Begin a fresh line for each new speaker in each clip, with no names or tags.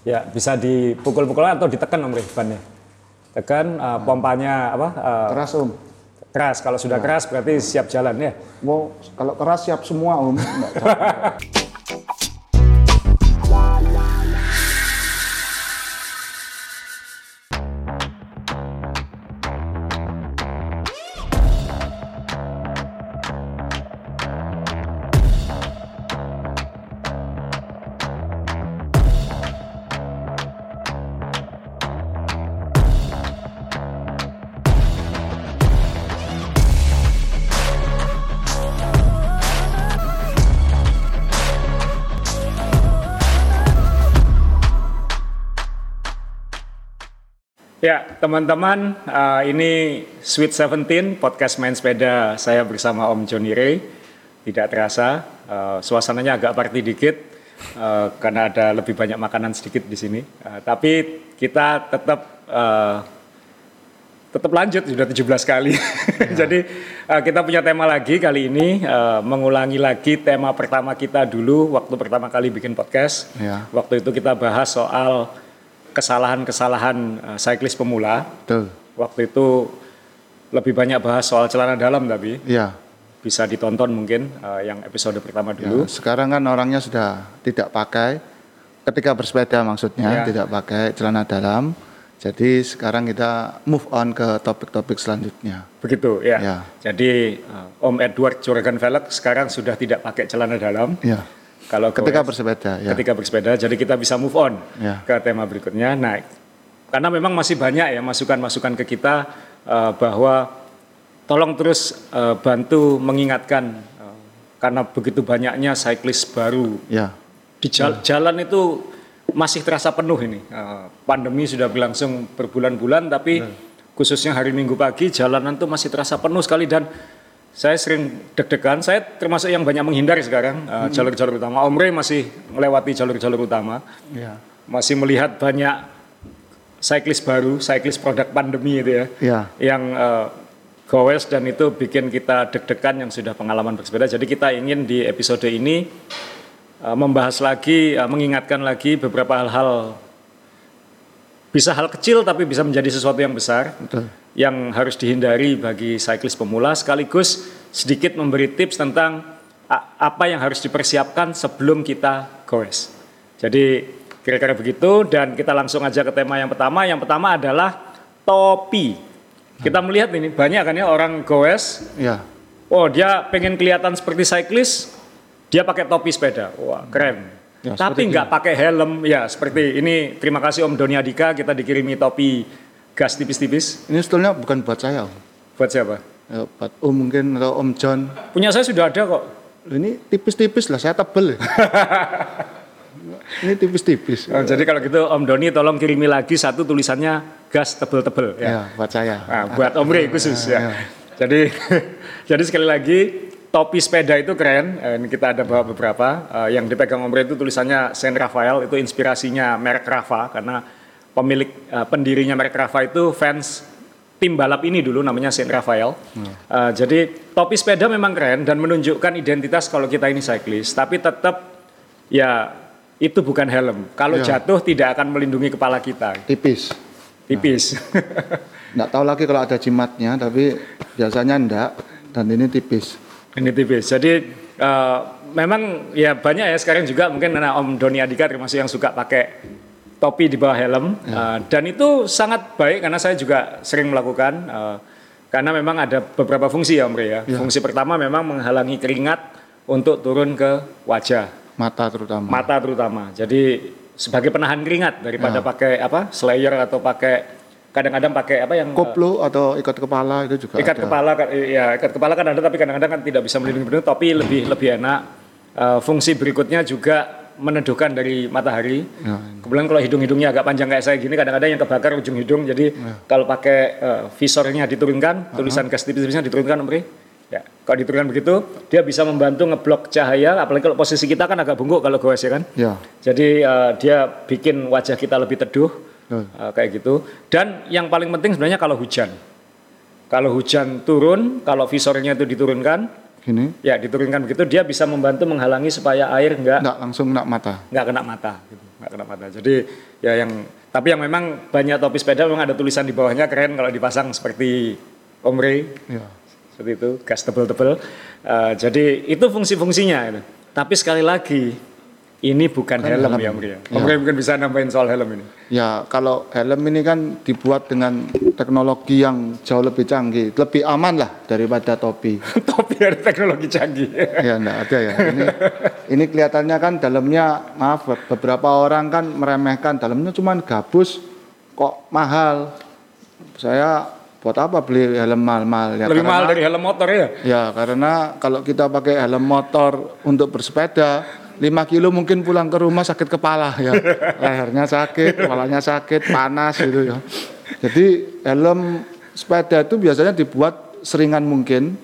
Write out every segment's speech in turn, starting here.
Ya, bisa dipukul-pukul atau ditekan Om Ri bannya. Tekan pompanya apa?
Keras Om.
Keras. Kalau sudah keras berarti siap jalan ya.
Wow, kalau keras siap semua Om.
Ya, teman-teman, ini Sweet 17, podcast main sepeda saya bersama Om Johnny Ray. Tidak terasa, suasananya agak party dikit, karena ada lebih banyak makanan sedikit di sini. Tapi kita tetap lanjut, sudah 17 kali. Ya. Jadi kita punya tema lagi kali ini, mengulangi lagi tema pertama kita dulu, waktu pertama kali bikin podcast.
Ya.
Waktu itu kita bahas soal kesalahan-kesalahan cyclist pemula.
Betul.
Waktu itu lebih banyak bahas soal celana dalam tapi
Iya.
bisa ditonton mungkin yang episode pertama dulu.
Ya, sekarang kan orangnya sudah tidak pakai ketika bersepeda maksudnya tidak pakai celana dalam. Jadi sekarang kita move on ke topik-topik selanjutnya.
Begitu ya.
Ya.
Jadi Om Edward Juragan-Velg sekarang sudah tidak pakai celana dalam.
Ya.
Kalau
ketika bersepeda, ya.
Ketika bersepeda, jadi kita bisa move on ke tema berikutnya. Nah, karena memang masih banyak ya masukan-masukan ke kita bahwa tolong terus bantu mengingatkan karena begitu banyaknya cyclist baru di jalan itu masih terasa penuh ini. Pandemi sudah berlangsung berbulan-bulan, tapi khususnya hari Minggu pagi jalanan tuh masih terasa penuh sekali dan saya sering deg-degan, saya termasuk yang banyak menghindar sekarang jalur-jalur utama. Om Ray masih melewati jalur-jalur utama, masih melihat banyak cyclist baru, cyclist produk pandemi itu yang goes dan itu bikin kita deg-degan yang sudah pengalaman bersepeda. Jadi kita ingin di episode ini membahas lagi, mengingatkan lagi beberapa hal-hal, bisa hal kecil tapi bisa menjadi sesuatu yang besar.
Betul.
Yang harus dihindari bagi cyclist pemula, sekaligus sedikit memberi tips tentang apa yang harus dipersiapkan sebelum kita goes. Jadi kira-kira begitu dan kita langsung aja ke tema yang pertama. Yang pertama adalah topi. Kita melihat ini banyak kan ya orang goes.
Ya.
Oh dia pengen kelihatan seperti cyclist, dia pakai topi sepeda. Wah keren. Ya, tapi nggak pakai helm. Ya seperti ini. Terima kasih Om Doni Adika, kita dikirimi topi gas tipis-tipis.
Ini sebetulnya bukan buat saya Om.
Buat siapa?
Ya, buat Om mungkin atau Om John.
Punya saya sudah ada kok.
Ini tipis-tipis lah, saya tebel. Ini tipis-tipis.
Oh, jadi kalau gitu Om Doni tolong kirimi lagi satu tulisannya gas tebel-tebel ya.
Ya buat saya.
Nah, buat Om Ray khusus ya. Jadi jadi sekali lagi topi sepeda itu keren. Ini kita ada bawa beberapa. Yang dipegang Om Ray itu tulisannya Saint Raphael, itu inspirasinya merek Rafa karena pemilik pendirinya merek Rafa itu fans tim balap ini dulu namanya Saint Raphael. Jadi topi sepeda memang keren dan menunjukkan identitas kalau kita ini cyclist, tapi tetap ya itu bukan helm. Kalau jatuh tidak akan melindungi kepala kita.
Tipis. Nggak tahu lagi kalau ada jimatnya, tapi biasanya enggak dan ini tipis.
Ini tipis. Jadi memang ya banyak ya sekarang juga mungkin Om Doni Adika termasuk yang suka pakai topi di bawah helm, dan itu sangat baik karena saya juga sering melakukan, karena memang ada beberapa fungsi ya Om Ray ya. Fungsi pertama memang menghalangi keringat untuk turun ke wajah.
Mata terutama. Jadi sebagai penahan keringat daripada pakai slayer atau kadang-kadang pakai yang koplo atau ikat kepala itu juga
ikat kepala kan ada tapi kadang-kadang kan tidak bisa melindungi benar, topi lebih enak. Fungsi berikutnya juga meneduhkan dari matahari. Kemudian kalau hidung-hidungnya agak panjang kayak saya gini, kadang-kadang yang kebakar ujung hidung. Jadi kalau pakai visornya diturunkan, tulisan gas tipis-tipisnya diturunkan Om Ray. Ya, kalau diturunkan begitu, dia bisa membantu ngeblok cahaya. Apalagi kalau posisi kita kan agak bungkuk kalau goes ya kan. Jadi dia bikin wajah kita lebih teduh, kayak gitu. Dan yang paling penting sebenarnya kalau hujan turun, kalau visornya itu diturunkan,
Gini.
Ya, diturunkan begitu dia bisa membantu menghalangi supaya air nggak
langsung kena mata.
Nggak kena mata, gitu. Nggak kena mata. Jadi ya tapi yang memang banyak topi sepeda memang ada tulisan di bawahnya keren kalau dipasang seperti Omre. Ya. Seperti itu, gas tebel-tebel. Jadi itu fungsi-fungsinya. Gitu. Tapi sekali lagi ini bukan helm ya, Omre. Omre mungkin bisa nambahin soal helm ini.
Ya, kalau helm ini kan dibuat dengan teknologi yang jauh lebih canggih, lebih aman lah daripada topi.
Topi ada teknologi canggih.
Ya, enggak ada ya. Ini kelihatannya kan dalamnya, maaf, beberapa orang kan meremehkan dalamnya cuman gabus, kok mahal. Saya buat apa beli helm mahal-mahal ya?
Lebih mahal dari helm motor ya?
Ya, karena kalau kita pakai helm motor untuk bersepeda 5 kilo mungkin pulang ke rumah sakit kepala ya, lehernya sakit, kepalanya sakit, panas gitu ya. Jadi helm sepeda itu biasanya dibuat seringan mungkin.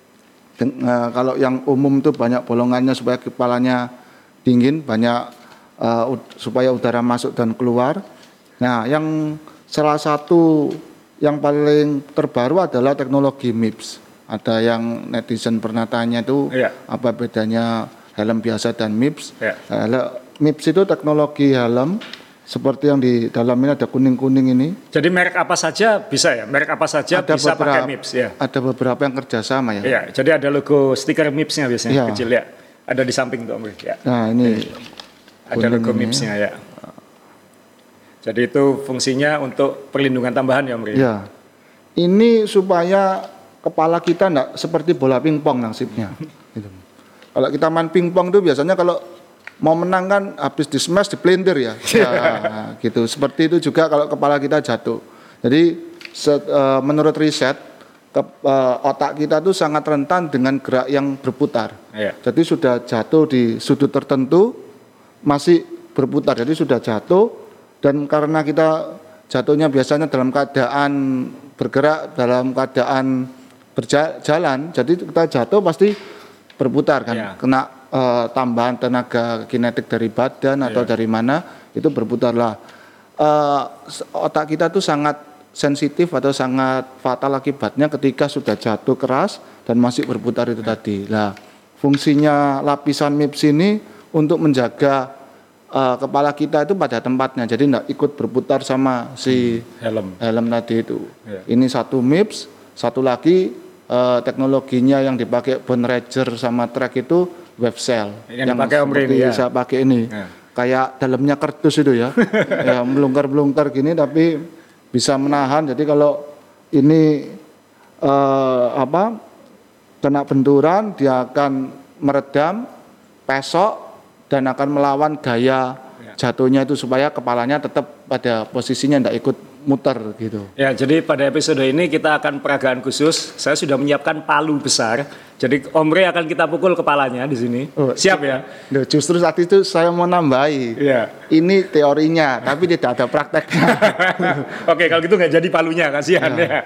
Kalau yang umum itu banyak bolongannya supaya kepalanya dingin, banyak supaya udara masuk dan keluar. Nah, yang salah satu yang paling terbaru adalah teknologi MIPS. Ada yang netizen pernah tanya itu apa bedanya helm biasa dan MIPS. MIPS itu teknologi helm seperti yang di dalam ini ada kuning-kuning ini.
Jadi merek apa saja bisa ya? Merek apa saja ada bisa pakai MIPS ya?
Ada beberapa yang kerjasama ya.
Iya, jadi ada logo stiker MIPS-nya biasanya kecil ya. Ada di samping tuh Om ya.
Nah ini
ada logo MIPS-nya ya. Jadi itu fungsinya untuk perlindungan tambahan ya Om
ya. Ini supaya kepala kita enggak seperti bola pingpong nasibnya. Gitu. Kalau kita main pingpong tuh biasanya kalau mau menang kan habis di smash di blender ya. Gitu. Seperti itu juga kalau kepala kita jatuh. Jadi menurut riset otak kita tuh sangat rentan dengan gerak yang berputar. Jadi sudah jatuh di sudut tertentu masih berputar. Jadi sudah jatuh dan karena kita jatuhnya biasanya dalam keadaan bergerak, dalam keadaan berjalan, jadi kita jatuh pasti berputar kan, kena tambahan tenaga kinetik dari badan atau dari mana itu berputarlah. Otak kita tuh sangat sensitif atau sangat fatal akibatnya ketika sudah jatuh keras dan masih berputar itu tadi. Nah, fungsinya lapisan MIPS ini untuk menjaga kepala kita itu pada tempatnya, jadi tidak ikut berputar sama si helm tadi itu. Ini satu MIPS, satu lagi teknologinya yang dipakai Bone Ranger sama Trek itu web cell yang
dipakai Om ini ya.
Saya pakai ini kayak dalamnya kardus itu ya, ya melungkar-melungkar gini tapi bisa menahan. Jadi kalau ini kena benturan dia akan meredam, pesok dan akan melawan gaya jatuhnya itu supaya kepalanya tetap pada posisinya tidak ikut muter gitu.
Ya, jadi pada episode ini kita akan peragaan khusus. Saya sudah menyiapkan palu besar. Jadi Omre akan kita pukul kepalanya di sini. Siap ya?
Justru saat itu saya mau nambahi. Ini teorinya, tapi tidak ada prakteknya.
Oke, kalau gitu nggak jadi palunya, kasihan ya.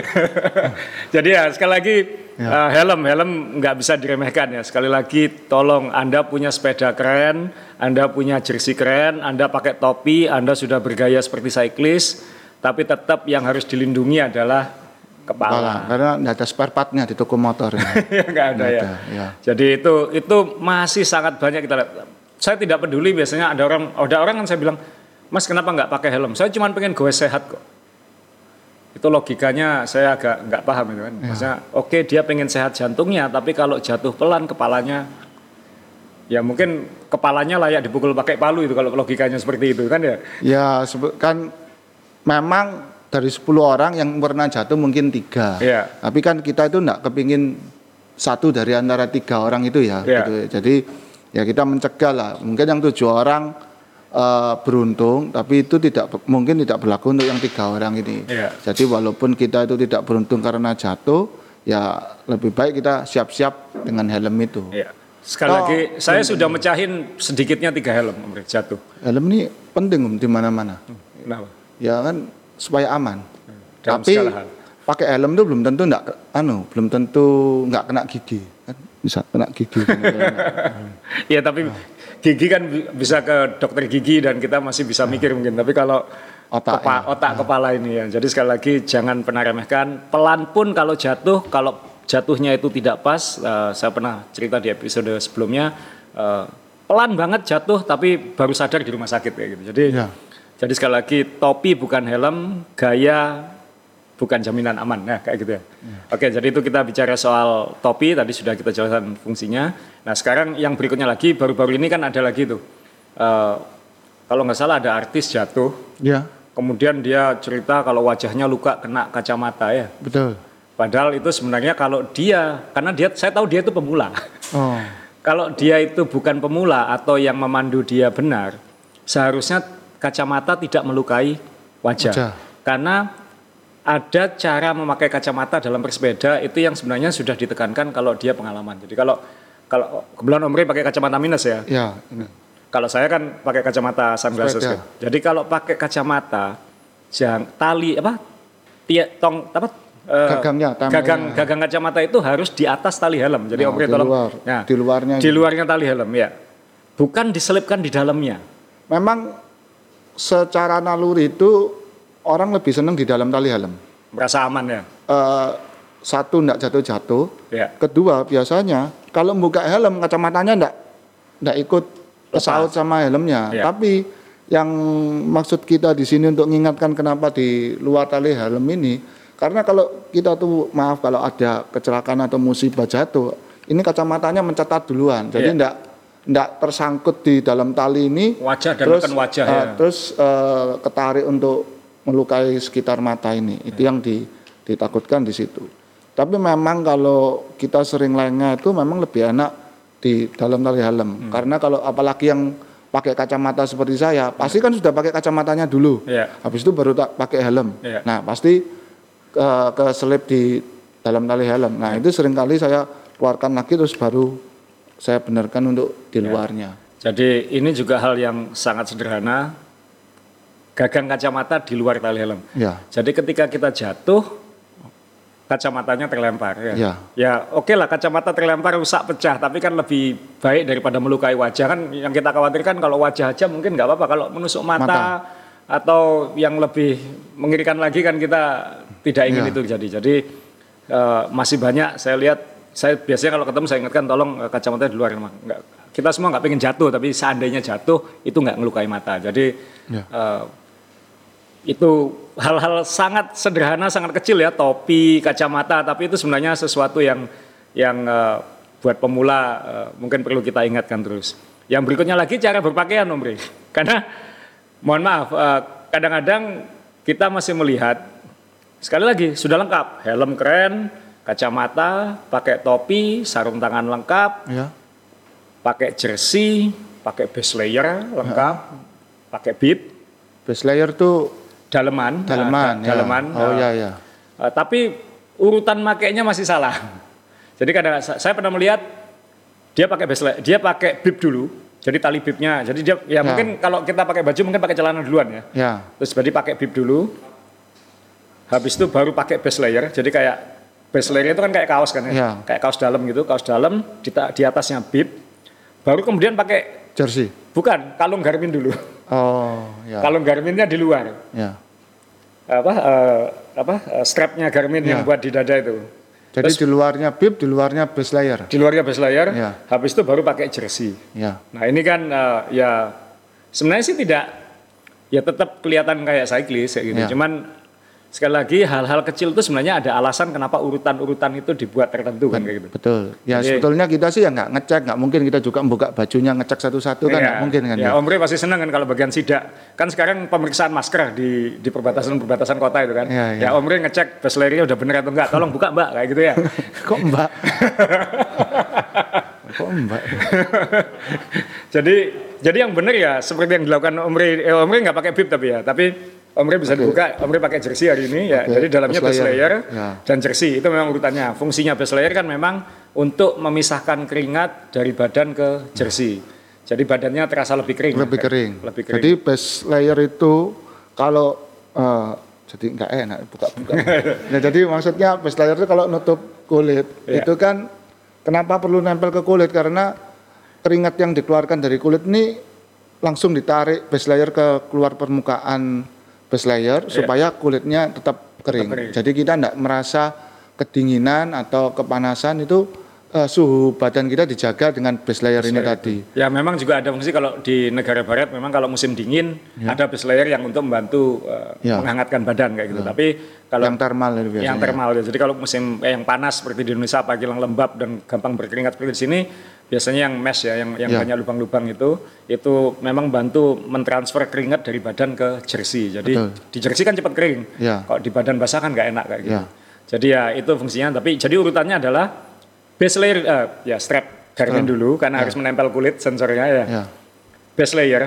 Jadi ya sekali lagi helm nggak bisa diremehkan ya. Sekali lagi tolong Anda punya sepeda keren, Anda punya jersey keren, Anda pakai topi, Anda sudah bergaya seperti cyclist. Tapi tetap yang harus dilindungi adalah kepala.
Karena nggak ada spare partnya di toko motor.
Nggak ada ya. Jadi itu masih sangat banyak kita lihat. Saya tidak peduli biasanya ada orang kan saya bilang, Mas kenapa nggak pakai helm? Saya cuma pengen goes sehat kok. Itu logikanya saya agak nggak paham itu kan. Maksudnya oke, dia pengen sehat jantungnya, tapi kalau jatuh pelan kepalanya, ya mungkin kepalanya layak dipukul pakai palu itu kalau logikanya seperti itu kan ya.
Ya kan. Memang dari 10 orang yang pernah jatuh mungkin 3. Tapi kan kita itu enggak kepingin 1 dari antara 3 orang itu ya. Gitu. Jadi ya kita mencegah lah. Mungkin yang 7 orang beruntung, tapi itu mungkin tidak berlaku untuk yang 3 orang ini. Jadi walaupun kita itu tidak beruntung karena jatuh, ya lebih baik kita siap-siap dengan helm itu.
Sekali lagi, saya sudah mecahin sedikitnya 3 helm jatuh.
Helm ini penting di mana-mana.
Kenapa?
Ya kan supaya aman. Tapi pakai helm itu belum tentu nggak kena gigi. Kan bisa kena gigi.
Ya tapi gigi kan bisa ke dokter gigi dan kita masih bisa mikir mungkin. Tapi kalau otak kepala ini ya. Jadi sekali lagi jangan pernah remehkan. Pelan pun kalau jatuh, kalau jatuhnya itu tidak pas, saya pernah cerita di episode sebelumnya, pelan banget jatuh tapi baru sadar di rumah sakit kayak gitu. Jadi sekali lagi, topi bukan helm, gaya bukan jaminan aman, nah kayak gitu ya. Oke, jadi itu kita bicara soal topi, tadi sudah kita jelaskan fungsinya. Nah sekarang yang berikutnya lagi, baru-baru ini kan ada lagi tuh, kalau nggak salah ada artis jatuh, kemudian dia cerita kalau wajahnya luka kena kacamata ya.
Betul.
Padahal itu sebenarnya kalau dia, karena saya tahu dia itu pemula. Kalau dia itu bukan pemula atau yang memandu dia benar, seharusnya kacamata tidak melukai wajah. Karena ada cara memakai kacamata dalam bersepeda itu yang sebenarnya sudah ditekankan kalau dia pengalaman. Jadi kalau kebetulan Om Rey pakai kacamata minus ya. Kalau saya kan pakai kacamata sunglasses kan. Jadi kalau pakai kacamata tali gagang kacamata itu harus di atas tali helm. Jadi Om Rey tolong di luarnya tali helm ya. Bukan diselipkan di dalamnya.
Memang secara naluri itu orang lebih senang di dalam tali helm.
Merasa aman ya.
Satu enggak jatuh-jatuh. Kedua biasanya kalau membuka helm kacamatanya enggak ikut kesaut sama helmnya. Tapi yang maksud kita di sini untuk mengingatkan kenapa di luar tali helm ini, karena kalau kita tuh kalau ada kecelakaan atau musibah jatuh, ini kacamatanya mencetat duluan. Jadi enggak tersangkut di dalam tali ini.
Wajah dan bukan wajah ya.
Terus ketarik untuk melukai sekitar mata ini. Itu yang ditakutkan di situ. Tapi memang kalau kita sering lengah itu memang lebih enak di dalam tali helm. Karena kalau apalagi yang pakai kacamata seperti saya, pasti kan sudah pakai kacamatanya dulu. Habis itu baru pakai helm. Nah, pasti keselip di dalam tali helm. Nah, itu seringkali saya keluarkan lagi terus baru saya benarkan untuk di luarnya.
Jadi ini juga hal yang sangat sederhana. Gagang kacamata di luar tali helm. Jadi ketika kita jatuh, kacamatanya terlempar. Ya oke lah, kacamata terlempar rusak pecah, tapi kan lebih baik daripada melukai wajah. Kan yang kita khawatirkan kalau wajah aja mungkin nggak apa-apa, kalau menusuk mata atau yang lebih mengerikan lagi kan kita tidak ingin itu terjadi. Jadi masih banyak saya lihat, saya biasanya kalau ketemu saya ingatkan tolong kacamata di luar. Kita semua nggak pengen jatuh, tapi seandainya jatuh itu nggak melukai mata. Jadi itu hal-hal sangat sederhana, sangat kecil ya, topi, kacamata, tapi itu sebenarnya sesuatu yang buat pemula mungkin perlu kita ingatkan terus. Yang berikutnya lagi cara berpakaian, Om Rey. Karena mohon maaf, kadang-kadang kita masih melihat, sekali lagi sudah lengkap, helm keren, kacamata, pakai topi, sarung tangan lengkap, pakai jersey, pakai base layer lengkap, pakai bib.
Base layer tuh
daleman. Tapi urutan makainya masih salah. Jadi kadang saya pernah melihat dia pakai bib dulu. Jadi tali bibnya. Jadi dia mungkin kalau kita pakai baju mungkin pakai celana duluan ya. Terus jadi pakai bib dulu. Habis itu baru pakai base layer. Jadi kayak base layer itu kan kayak kaos kan ya. Kayak kaos dalam gitu, kaos dalam di atasnya bib. Baru kemudian pakai
jersey.
Bukan, kalung Garmin dulu. Kalung Garminnya di luar. Strapnya Garmin yang buat di dada itu.
Jadi terus, di luarnya bib, di luarnya base layer.
Di luarnya base layer. Habis itu baru pakai jersey. Nah ini kan sebenarnya sih tidak, ya tetap kelihatan kayak cyclist kayak gitu. Cuman sekali lagi hal-hal kecil itu sebenarnya ada alasan kenapa urutan-urutan itu dibuat tertentu kan kayak gitu.
Betul. Ya sebetulnya kita sih ya nggak ngecek, nggak mungkin kita juga membuka bajunya ngecek satu-satu kan nggak mungkin kan.
Ya Om Rey pasti senang kan kalau bagian sidak. Kan sekarang pemeriksaan masker di perbatasan kota itu kan. Ya Om Rey ngecek base layernya udah bener atau enggak. Tolong buka Mbak kayak gitu ya.
Kok Mbak? Kok Mbak?
Jadi yang benar ya seperti yang dilakukan Om Rey. Om Rey nggak pakai bib tapi ya. Tapi Om Rey bisa dibuka, Om Rey pakai jersey hari ini ya. Jadi dalamnya base layer dan jersey itu memang urutannya. Fungsinya base layer kan memang untuk memisahkan keringat dari badan ke jersey. Jadi badannya terasa lebih kering.
Lebih kering. Jadi base layer itu kalau jadi nggak enak buka-buka. Nah, jadi maksudnya base layer itu kalau nutup kulit itu kan kenapa perlu nempel ke kulit, karena keringat yang dikeluarkan dari kulit ini langsung ditarik base layer ke keluar permukaan base layer supaya kulitnya tetap kering. Jadi kita tidak merasa kedinginan atau kepanasan itu suhu badan kita dijaga dengan base layer ini tadi.
Ya memang juga ada fungsi kalau di negara barat memang kalau musim dingin ada base layer yang untuk membantu menghangatkan badan kayak gitu. Tapi kalau
yang thermal itu biasanya.
Yang thermal ya. Jadi kalau musim yang panas seperti di Indonesia apalagi yang lembab dan gampang berkeringat seperti di sini biasanya yang mesh ya yang banyak lubang-lubang itu memang bantu mentransfer keringat dari badan ke jersey. Jadi di jersey kan cepat kering. Kalau di badan basah kan nggak enak kayak gitu. Jadi ya itu fungsinya. Tapi jadi urutannya adalah base layer, strap Garmin dulu karena harus menempel kulit sensornya ya. Base layer,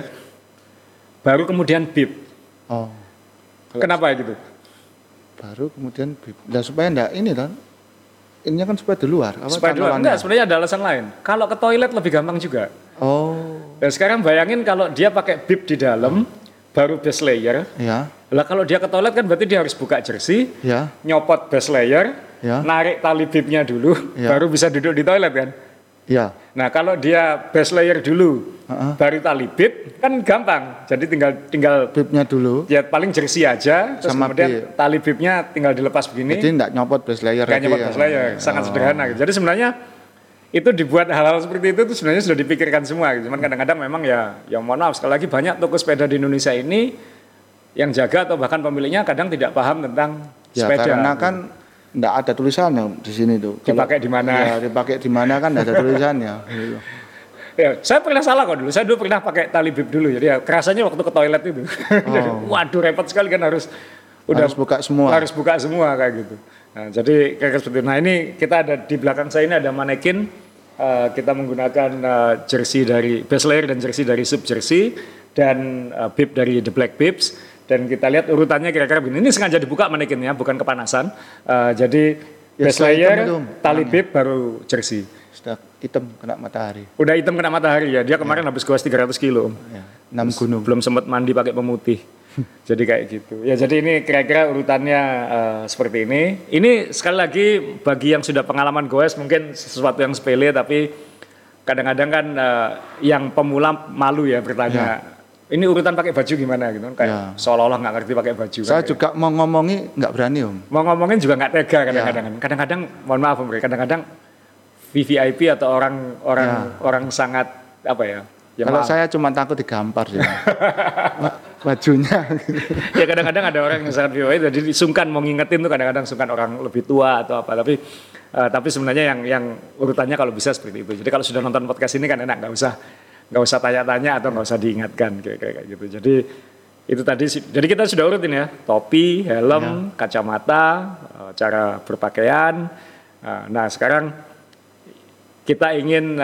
baru kemudian bib.
Oh.
Kenapa gitu?
Baru kemudian bib. Nah, supaya enggak ini kan? Ini kan supaya di luar.
Supaya di luar. Enggak, sebenarnya ada alasan lain. Kalau ke toilet lebih gampang juga.
Oh.
Dan sekarang bayangin kalau dia pakai bib di dalam, baru base layer.
Ya.
Lah kalau dia ke toilet kan berarti dia harus buka jersey, nyopot base layer, narik tali bibnya dulu, baru bisa duduk di toilet kan?
Ya.
Nah kalau dia base layer dulu, baru tali bib, kan gampang. Jadi tinggal
bibnya dulu.
Ya paling jersey aja, terus
sama
kemudian tali bibnya tinggal dilepas begini.
Jadi enggak nyopot base layer.
Enggak nyopot base layer, sangat sederhana. Gitu. Jadi sebenarnya itu dibuat hal-hal seperti itu sebenarnya sudah dipikirkan semua. Gitu. Cuman kadang-kadang memang ya mohon maaf sekali lagi banyak toko sepeda di Indonesia ini yang jaga atau bahkan pemiliknya kadang tidak paham tentang sepeda.
Karena kan enggak ada tulisannya di sini tuh.
Dipakai di mana?
Ya, dipakai di mana kan enggak ada tulisannya.
Ya, saya pernah salah kok dulu. Saya dulu pernah pakai tali bib dulu. Jadi ya kerasanya waktu ke toilet itu. Waduh repot sekali kan harus
buka semua.
Harus buka semua kayak gitu. Nah, jadi kayak seperti itu. Nah, ini kita ada di belakang saya ini ada manekin. Kita menggunakan jersey dari base layer dan jersey dari sub jersey dan bib dari The Black Bibs. Dan kita lihat urutannya kira-kira begini. Ini sengaja dibuka manekinnya, bukan kepanasan. Jadi base layer, tali bib, baru jersey.
Sudah hitam kena matahari.
Udah hitam kena matahari ya. Dia kemarin habis goes 300 kilo.
6 gunung.
Belum sempat mandi pakai pemutih. Jadi kayak gitu. Ya jadi ini kira-kira urutannya seperti ini. Ini sekali lagi bagi yang sudah pengalaman goes mungkin sesuatu yang sepele tapi kadang-kadang kan yang pemula malu ya bertanya. Ini urutan pakai baju gimana gitu kan kayak seolah-olah nggak ngerti pakai baju.
Saya kan, juga mau ngomongi nggak berani Om.
Mau ngomongin juga nggak tega kadang-kadang. Kadang-kadang mohon maaf Om, kadang-kadang VVIP atau orang sangat apa ya?
Kalau saya cuma takut digampar sih. Bajunya.
Ya kadang-kadang ada orang yang sangat VVIP jadi sungkan mau ngingetin tuh kadang-kadang sungkan orang lebih tua atau apa tapi sebenarnya yang urutannya kalau bisa seperti itu. Jadi kalau sudah nonton podcast ini kan enak nggak usah tanya-tanya atau nggak usah diingatkan kayak gitu. Jadi itu tadi. Jadi kita sudah urutin ya, topi, helm, kacamata, cara berpakaian. Nah sekarang kita ingin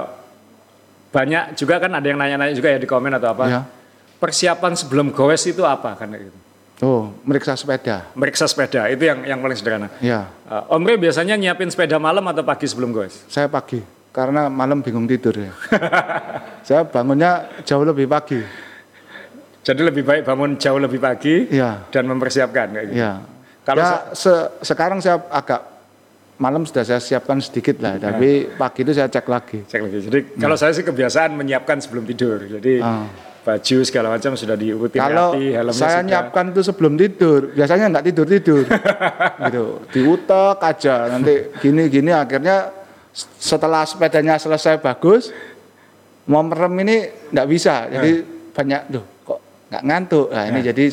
banyak juga kan ada yang nanya-nanya juga ya di komen atau apa. Persiapan sebelum goes itu apa kan gitu.
Meriksa sepeda.
Meriksa sepeda itu yang paling sederhana. Om Rey biasanya nyiapin sepeda malam atau pagi sebelum goes?
Saya pagi. Karena malam bingung tidur ya. Saya bangunnya jauh lebih pagi.
Jadi lebih baik bangun jauh lebih pagi dan mempersiapkan kayak gitu.
Kalau sekarang saya agak malam sudah saya siapkan sedikit lah, tapi pagi itu saya cek lagi.
Jadi kalau saya sih kebiasaan menyiapkan sebelum tidur. Jadi baju segala macam sudah diurutin rapi, helmnya
saya
sudah.
nyiapkan itu sebelum tidur. Biasanya nggak tidur gitu. Diutek aja nanti gini akhirnya setelah sepedanya selesai bagus, mau merem ini nggak bisa, jadi banyak kok nggak ngantuk. Nah ini jadi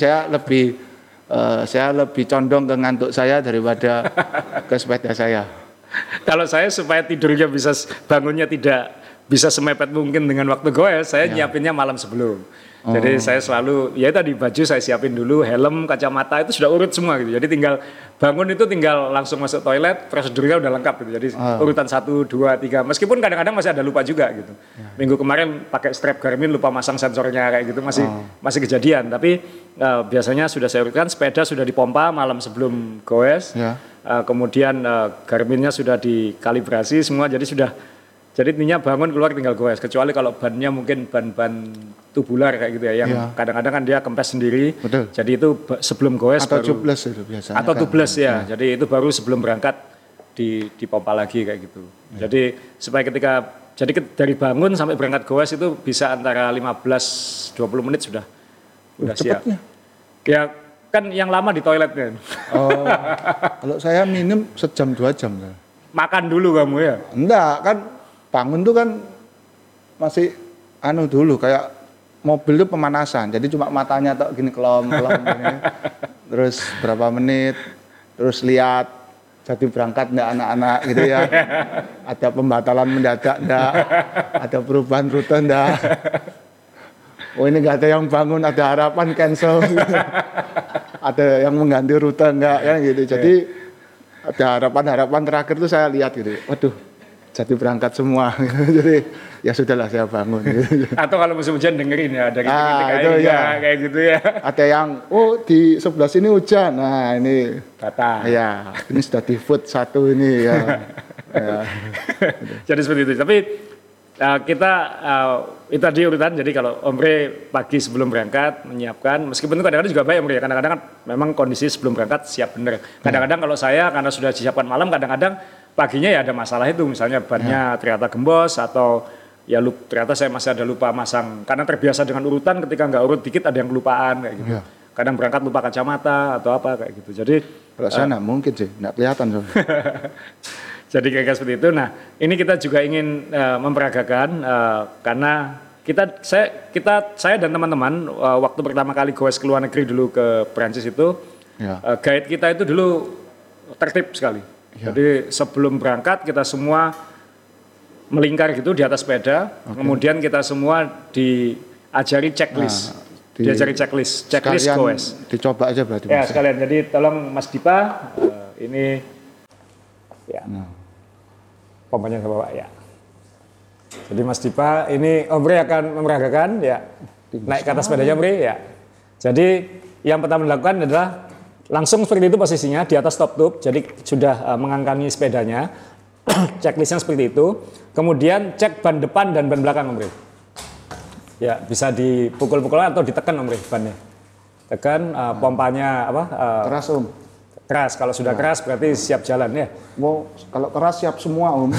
saya lebih condong ke ngantuk saya daripada ke sepeda saya.
Kalau saya supaya tidurnya bisa bangunnya tidak bisa semepet mungkin dengan waktu goes, saya nyiapinnya malam sebelum. Jadi saya selalu ya tadi baju saya siapin dulu, helm, kacamata itu sudah urut semua gitu. Jadi tinggal bangun itu tinggal langsung masuk toilet, prosedurnya udah lengkap gitu. Jadi urutan 1, 2, 3. Meskipun kadang-kadang masih ada lupa juga gitu. Minggu kemarin pakai strap Garmin lupa masang sensornya kayak gitu masih kejadian. Tapi biasanya sudah saya urutkan, sepeda sudah dipompa malam sebelum goes. Kemudian Garminnya sudah dikalibrasi semua jadi sudah. Jadi intinya bangun keluar tinggal goes, kecuali kalau bannya mungkin ban tubular kayak gitu ya, yang kadang-kadang kan dia kempes sendiri.
Betul.
Jadi itu sebelum goes
atau
baru
tubeless itu biasanya.
Atau tubeless ya. Jadi itu baru sebelum berangkat dipompa lagi kayak gitu. Jadi supaya dari bangun sampai berangkat goes itu bisa antara 15-20 menit sudah siap.
Cepatnya.
Ya kan yang lama di toiletnya.
Oh, kalau saya minum sejam 2 jam.
Makan dulu kamu ya?
Enggak, kan bangun tuh kan masih dulu kayak mobil itu pemanasan. Jadi cuma matanya tok gini kelom gini. Terus berapa menit, terus lihat jadi berangkat enggak anak-anak gitu ya. Ada pembatalan mendadak enggak, ada perubahan rute enggak. Oh ini enggak ada yang bangun, ada harapan cancel. Ada yang mengganti rute enggak kan gitu. Jadi ada harapan terakhir tuh saya lihat gitu. Waduh, jadi berangkat semua. Jadi ya sudahlah saya bangun. Gitu.
Atau kalau musim hujan dengerin ya dari
itu ya
kayak gitu ya.
Ada yang di sebelah sini hujan. Nah ini
kata.
Ya ini sudah di food satu ini ya. Ya.
Jadi seperti itu. Tapi kita itu tadi urutan. Jadi kalau Om Bre pagi sebelum berangkat menyiapkan, meskipun itu kadang-kadang juga baik Om Bre. Kadang-kadang kan memang kondisi sebelum berangkat siap benar. Kadang-kadang kalau saya karena sudah disiapkan malam, kadang-kadang paginya ya ada masalah itu. Misalnya bannya ternyata gembos atau ya ternyata saya masih ada lupa masang. Karena terbiasa dengan urutan, ketika nggak urut dikit ada yang kelupaan kayak gitu. Kadang berangkat lupa kacamata atau apa kayak gitu. Jadi
kalau saya nggak mungkin sih, nggak kelihatan.
Jadi kira-kira seperti itu. Nah, ini kita juga ingin memperagakan karena saya dan teman-teman waktu pertama kali goes ke luar negeri dulu ke Prancis itu, guide kita itu dulu tertib sekali. Jadi sebelum berangkat kita semua melingkar gitu di atas sepeda, kemudian kita semua diajari checklist. Diajari checklist goes.
Dicoba aja berarti.
Ya, sekalian. Jadi tolong Mas Dipa ini ya. Pompanya ke bawah ya. Jadi Mas Dipa ini Om Bre akan memeragakan ya. Naik ke atas sepedanya Om Bre ya. Jadi yang pertama dilakukan adalah langsung seperti itu posisinya di atas top tube. Jadi sudah mengangkangi sepedanya. Checklistnya seperti itu. Kemudian cek ban depan dan ban belakang Om Bre. Ya, bisa dipukul-pukul atau ditekan Om Bre bannya. Tekan pompanya apa?
Keras Om.
Keras, kalau sudah keras berarti siap jalan ya.
Mau kalau keras siap semua Om.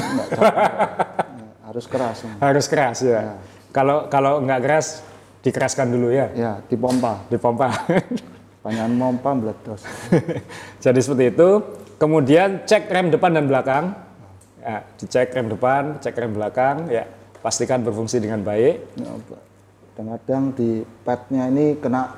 Harus keras Om.
Harus keras ya. Kalau nggak keras dikeraskan dulu ya.
Ya, dipompa. Banyak pompa meledos.
Jadi seperti itu. Kemudian cek rem depan dan belakang. Ya, dicek rem depan, cek rem belakang ya. Pastikan berfungsi dengan baik.
Kadang-kadang di padnya ini kena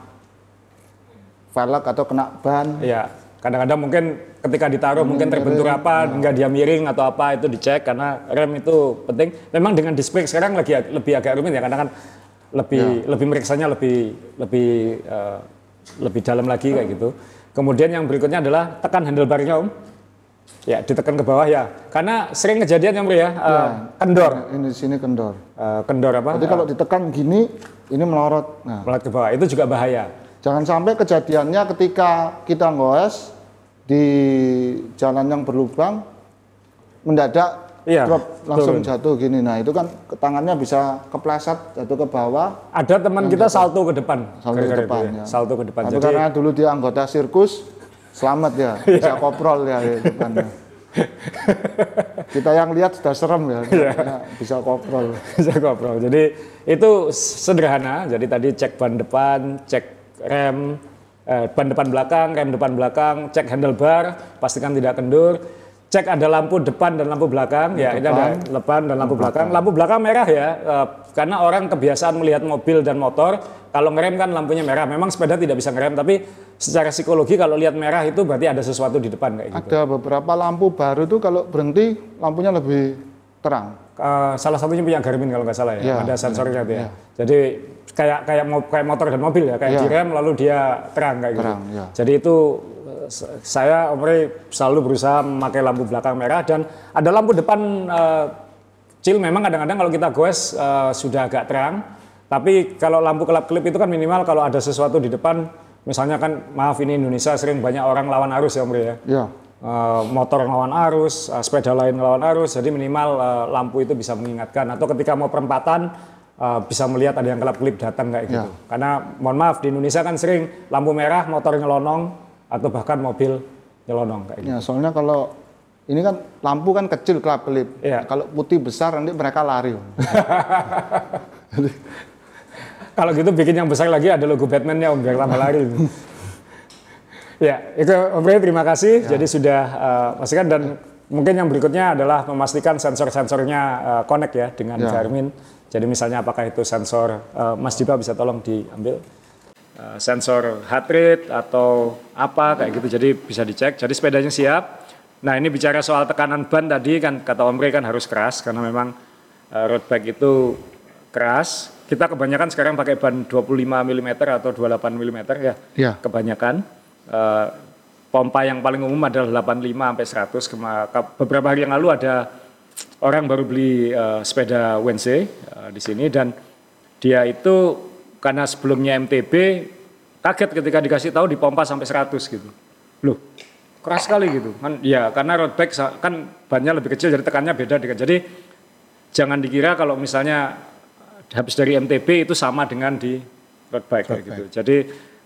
velg atau kena ban.
Iya. Kadang-kadang mungkin ketika ditaruh mungkin terbentur apa, enggak dia miring atau apa, itu dicek karena rem itu penting. Memang dengan disc brake sekarang lebih agak rumit ya, karena kan lebih meriksanya lebih dalam lagi kayak gitu. Kemudian yang berikutnya adalah tekan handlebarnya Om. Ya, ditekan ke bawah ya. Karena sering kejadian Om ya, kendor.
Ini di sini kendor.
Kendor apa?
Jadi kalau ditekan gini, ini melorot.
Melorot ke bawah, itu juga bahaya.
Jangan sampai kejadiannya ketika kita ngoes di jalan yang berlubang mendadak drop langsung jatuh gini. Nah itu kan tangannya bisa kepleset jatuh ke bawah.
Ada teman kita salto ke depan.
Salto ke depan. Tapi karena dulu dia anggota sirkus, selamat ya, bisa koprol ya depannya. Kita yang lihat sudah serem ya, bisa koprol.
Bisa koprol. Jadi itu sederhana. Jadi tadi cek ban depan, cek rem, ban depan belakang, rem depan belakang, cek handlebar, pastikan tidak kendur, cek ada lampu depan dan lampu belakang, ya ini ada depan dan lampu belakang. Lampu belakang merah ya, karena orang kebiasaan melihat mobil dan motor, kalau ngerem kan lampunya merah. Memang sepeda tidak bisa ngerem, tapi secara psikologi kalau lihat merah itu berarti ada sesuatu di depan kayak gitu.
Ada beberapa lampu baru tuh kalau berhenti lampunya lebih terang.
Salah satunya punya Garmin kalau nggak salah ya, ada sensornya tuh ya. Jadi kayak motor dan mobil ya, kayak direm lalu dia terang kayak gitu. Jadi itu saya Om Bre selalu berusaha memakai lampu belakang merah dan ada lampu depan kecil. Memang kadang-kadang kalau kita goes sudah agak terang, tapi kalau lampu kelap-kelip itu kan minimal kalau ada sesuatu di depan, misalnya kan maaf ini Indonesia sering banyak orang lawan arus ya Om Bre ya. Motor ngelawan arus, sepeda lain ngelawan arus, jadi minimal lampu itu bisa mengingatkan. Atau ketika mau perempatan bisa melihat ada yang kelap-kelip datang kayak gitu. Karena mohon maaf di Indonesia kan sering lampu merah motor nyelonong atau bahkan mobil nyelonong kayak gitu.
Ya, soalnya kalau ini kan lampu kan kecil kelap-kelip. Kalau putih besar nanti mereka lari.
Kalau gitu bikin yang besar lagi ada logo Batman-nya Om biar tambah lari. Ya, itu Om Ray, terima kasih. Ya. Jadi sudah pastikan, dan mungkin yang berikutnya adalah memastikan sensor-sensornya connect ya dengan Garmin. Jadi misalnya apakah itu sensor, Mas Dipa bisa tolong diambil sensor heart rate atau apa kayak gitu. Jadi bisa dicek. Jadi sepedanya siap. Nah ini bicara soal tekanan ban tadi kan kata Om Ray kan harus keras karena memang road bike itu keras. Kita kebanyakan sekarang pakai ban 25 mm atau 28 mm ya. Kebanyakan. Pompa yang paling umum adalah 85 sampai 100. Beberapa hari yang lalu ada orang baru beli sepeda WNC di sini, dan dia itu karena sebelumnya MTB kaget ketika dikasih tahu dipompa sampai 100 gitu. Loh, keras sekali gitu kan. Ya, karena road bike kan bannya lebih kecil jadi tekannya beda. Jadi jangan dikira kalau misalnya habis dari MTB itu sama dengan di road bike kayak gitu. Jadi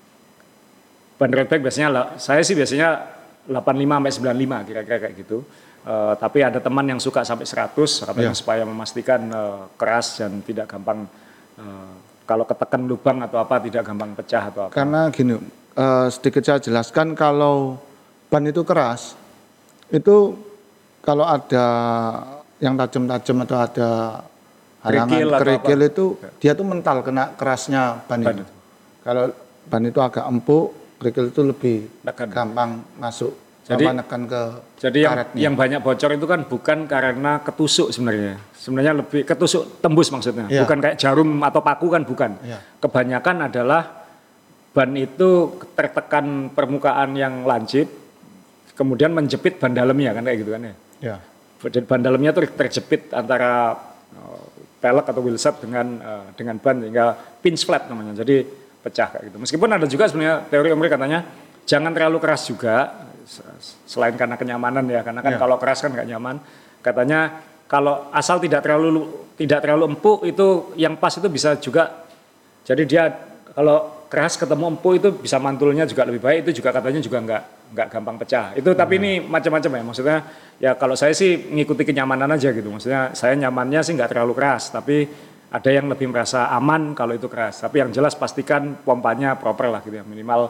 ban road bike biasanya, saya sih biasanya 85 sampai 95 kira-kira kayak gitu. Tapi ada teman yang suka sampai 100 katanya supaya memastikan keras dan tidak gampang kalau ketekan lubang atau apa tidak gampang pecah atau apa.
Karena gini, sedikit saya jelaskan, kalau ban itu keras, itu kalau ada yang tajam-tajam atau ada halangan kerikil itu dia tuh mental kena kerasnya ban itu. Kalau ban itu agak empuk, kerikil itu lebih gampang masuk. Jadi nekan ke
yang banyak bocor itu kan bukan karena ketusuk sebenarnya. Sebenarnya lebih ketusuk tembus maksudnya. Bukan kayak jarum atau paku kan bukan. Kebanyakan adalah ban itu tertekan permukaan yang lancip, kemudian menjepit ban dalamnya kan kayak gitu kan ya. Ban dalamnya tuh terjepit antara pelek atau wheelset dengan ban sehingga pinch flat namanya. Jadi pecah kayak gitu. Meskipun ada juga sebenarnya teori Om Ray katanya jangan terlalu keras juga, selain karena kenyamanan ya, karena kan kalau keras kan nggak nyaman. Katanya kalau asal tidak terlalu empuk itu yang pas itu bisa juga. Jadi dia kalau keras ketemu empuk itu bisa mantulnya juga lebih baik, itu juga katanya juga nggak gampang pecah. Itu tapi ini macam-macam ya, maksudnya ya kalau saya sih ngikuti kenyamanan aja gitu. Maksudnya saya nyamannya sih nggak terlalu keras, tapi ada yang lebih merasa aman kalau itu keras. Tapi yang jelas pastikan pompanya proper lah gitu ya, minimal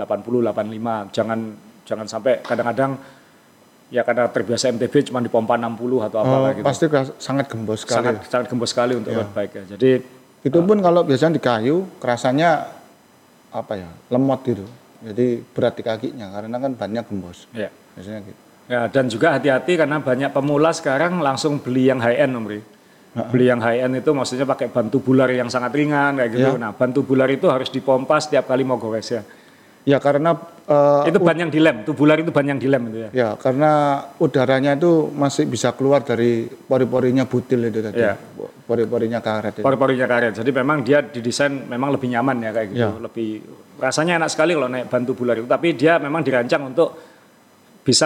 80-85. Jangan sampai kadang-kadang ya karena terbiasa MTB cuma dipompa 60 atau apalah gitu.
Pasti sangat gembos sekali.
Sangat gembos sekali untuk road bike ya. Jadi
itu pun kalau biasanya di kayu kerasannya apa ya, lemot gitu. Jadi berat di kakinya karena kan bannya gembos.
Iya.
Biasanya gitu.
Ya, dan juga hati-hati karena banyak pemula sekarang langsung beli yang high end, Om Ray. Beli yang high end itu maksudnya pakai ban tubular yang sangat ringan kayak gitu. Nah, ban tubular itu harus dipompa setiap kali mau gowes ya.
Ya karena
itu ban yang dilem, tubular itu ban yang dilem itu ya.
Ya, karena udaranya itu masih bisa keluar dari pori-porinya butil itu tadi. Ya. Pori-porinya karet itu.
Pori-porinya karet. Jadi memang dia didesain memang lebih nyaman ya kayak gitu. Lebih rasanya enak sekali kalau naik ban tubular itu, tapi dia memang dirancang untuk bisa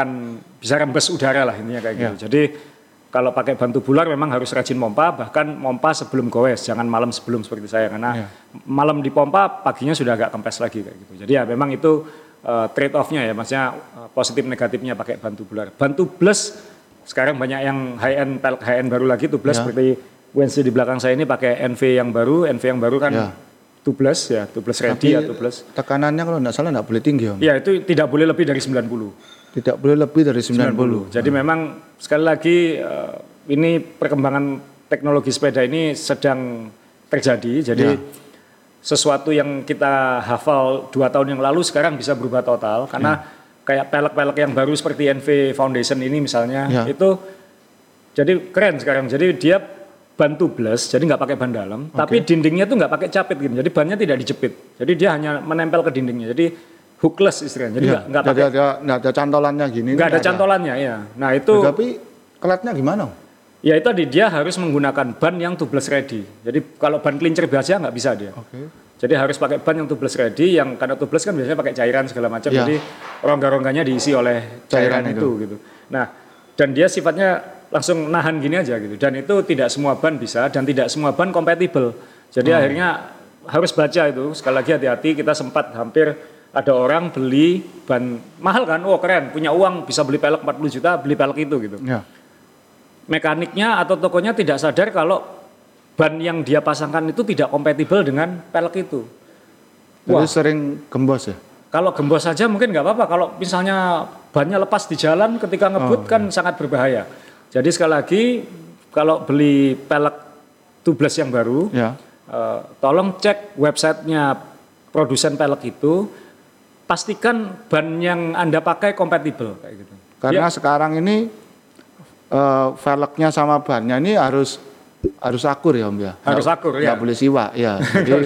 rembes udara lah intinya kayak gitu. Jadi kalau pakai ban tubular memang harus rajin mompa, bahkan mompa sebelum goes, jangan malam sebelum seperti saya, karena malam dipompa paginya sudah agak kempes lagi kayak gitu. Jadi ya memang itu trade off-nya ya, maksudnya positif negatifnya pakai ban tubular. Ban tubeless sekarang banyak yang high end baru lagi tubeless seperti WNC di belakang saya ini pakai NV yang baru kan tubeless ya, tubeless ready ya tubeless.
Tekanannya kalau enggak salah enggak boleh tinggi, Om.
Ya, itu tidak boleh lebih dari 90.
Tidak boleh lebih dari 90.
Jadi memang sekali lagi ini perkembangan teknologi sepeda ini sedang terjadi. Jadi sesuatu yang kita hafal 2 tahun yang lalu sekarang bisa berubah total. Karena kayak pelek-pelek yang baru seperti NV Foundation ini misalnya, itu jadi keren sekarang. Jadi dia ban tubeless, jadi nggak pakai ban dalam, tapi dindingnya tuh nggak pakai capit gitu. Jadi bannya tidak dijepit. Jadi dia hanya menempel ke dindingnya. Jadi hookless istilahnya, jadi nggak pakai.
Nggak ada cantolannya gini.
Nggak ada cantolannya ya. Nah itu.
Tapi kelatnya gimana?
Ya itu tadi dia harus menggunakan ban yang tubeless ready. Jadi kalau ban clincher biasa nggak bisa dia. Jadi harus pakai ban yang tubeless ready, yang karena tubeless kan biasanya pakai cairan segala macam. Jadi rongga-rongganya diisi oleh cairan itu gitu. Nah dan dia sifatnya langsung nahan gini aja gitu. Dan itu tidak semua ban bisa dan tidak semua ban kompatibel. Jadi akhirnya harus baca itu. Sekali lagi hati-hati, kita sempat hampir ada orang beli ban mahal kan, keren, punya uang bisa beli pelek 40 juta, beli pelek itu gitu. Mekaniknya atau tokonya tidak sadar kalau ban yang dia pasangkan itu tidak kompatibel dengan pelek itu.
Jadi sering gembos ya?
kalau gembos saja mungkin nggak apa-apa. Kalau misalnya bannya lepas di jalan ketika ngebut kan sangat berbahaya. Jadi sekali lagi kalau beli pelek tubeless yang baru, tolong cek websitenya produsen pelek itu, pastikan ban yang Anda pakai kompatibel kayak gitu.
Karena sekarang ini velgnya sama bannya ini harus akur ya Om ya.
Harus akur ya.
Nggak boleh siwa ya.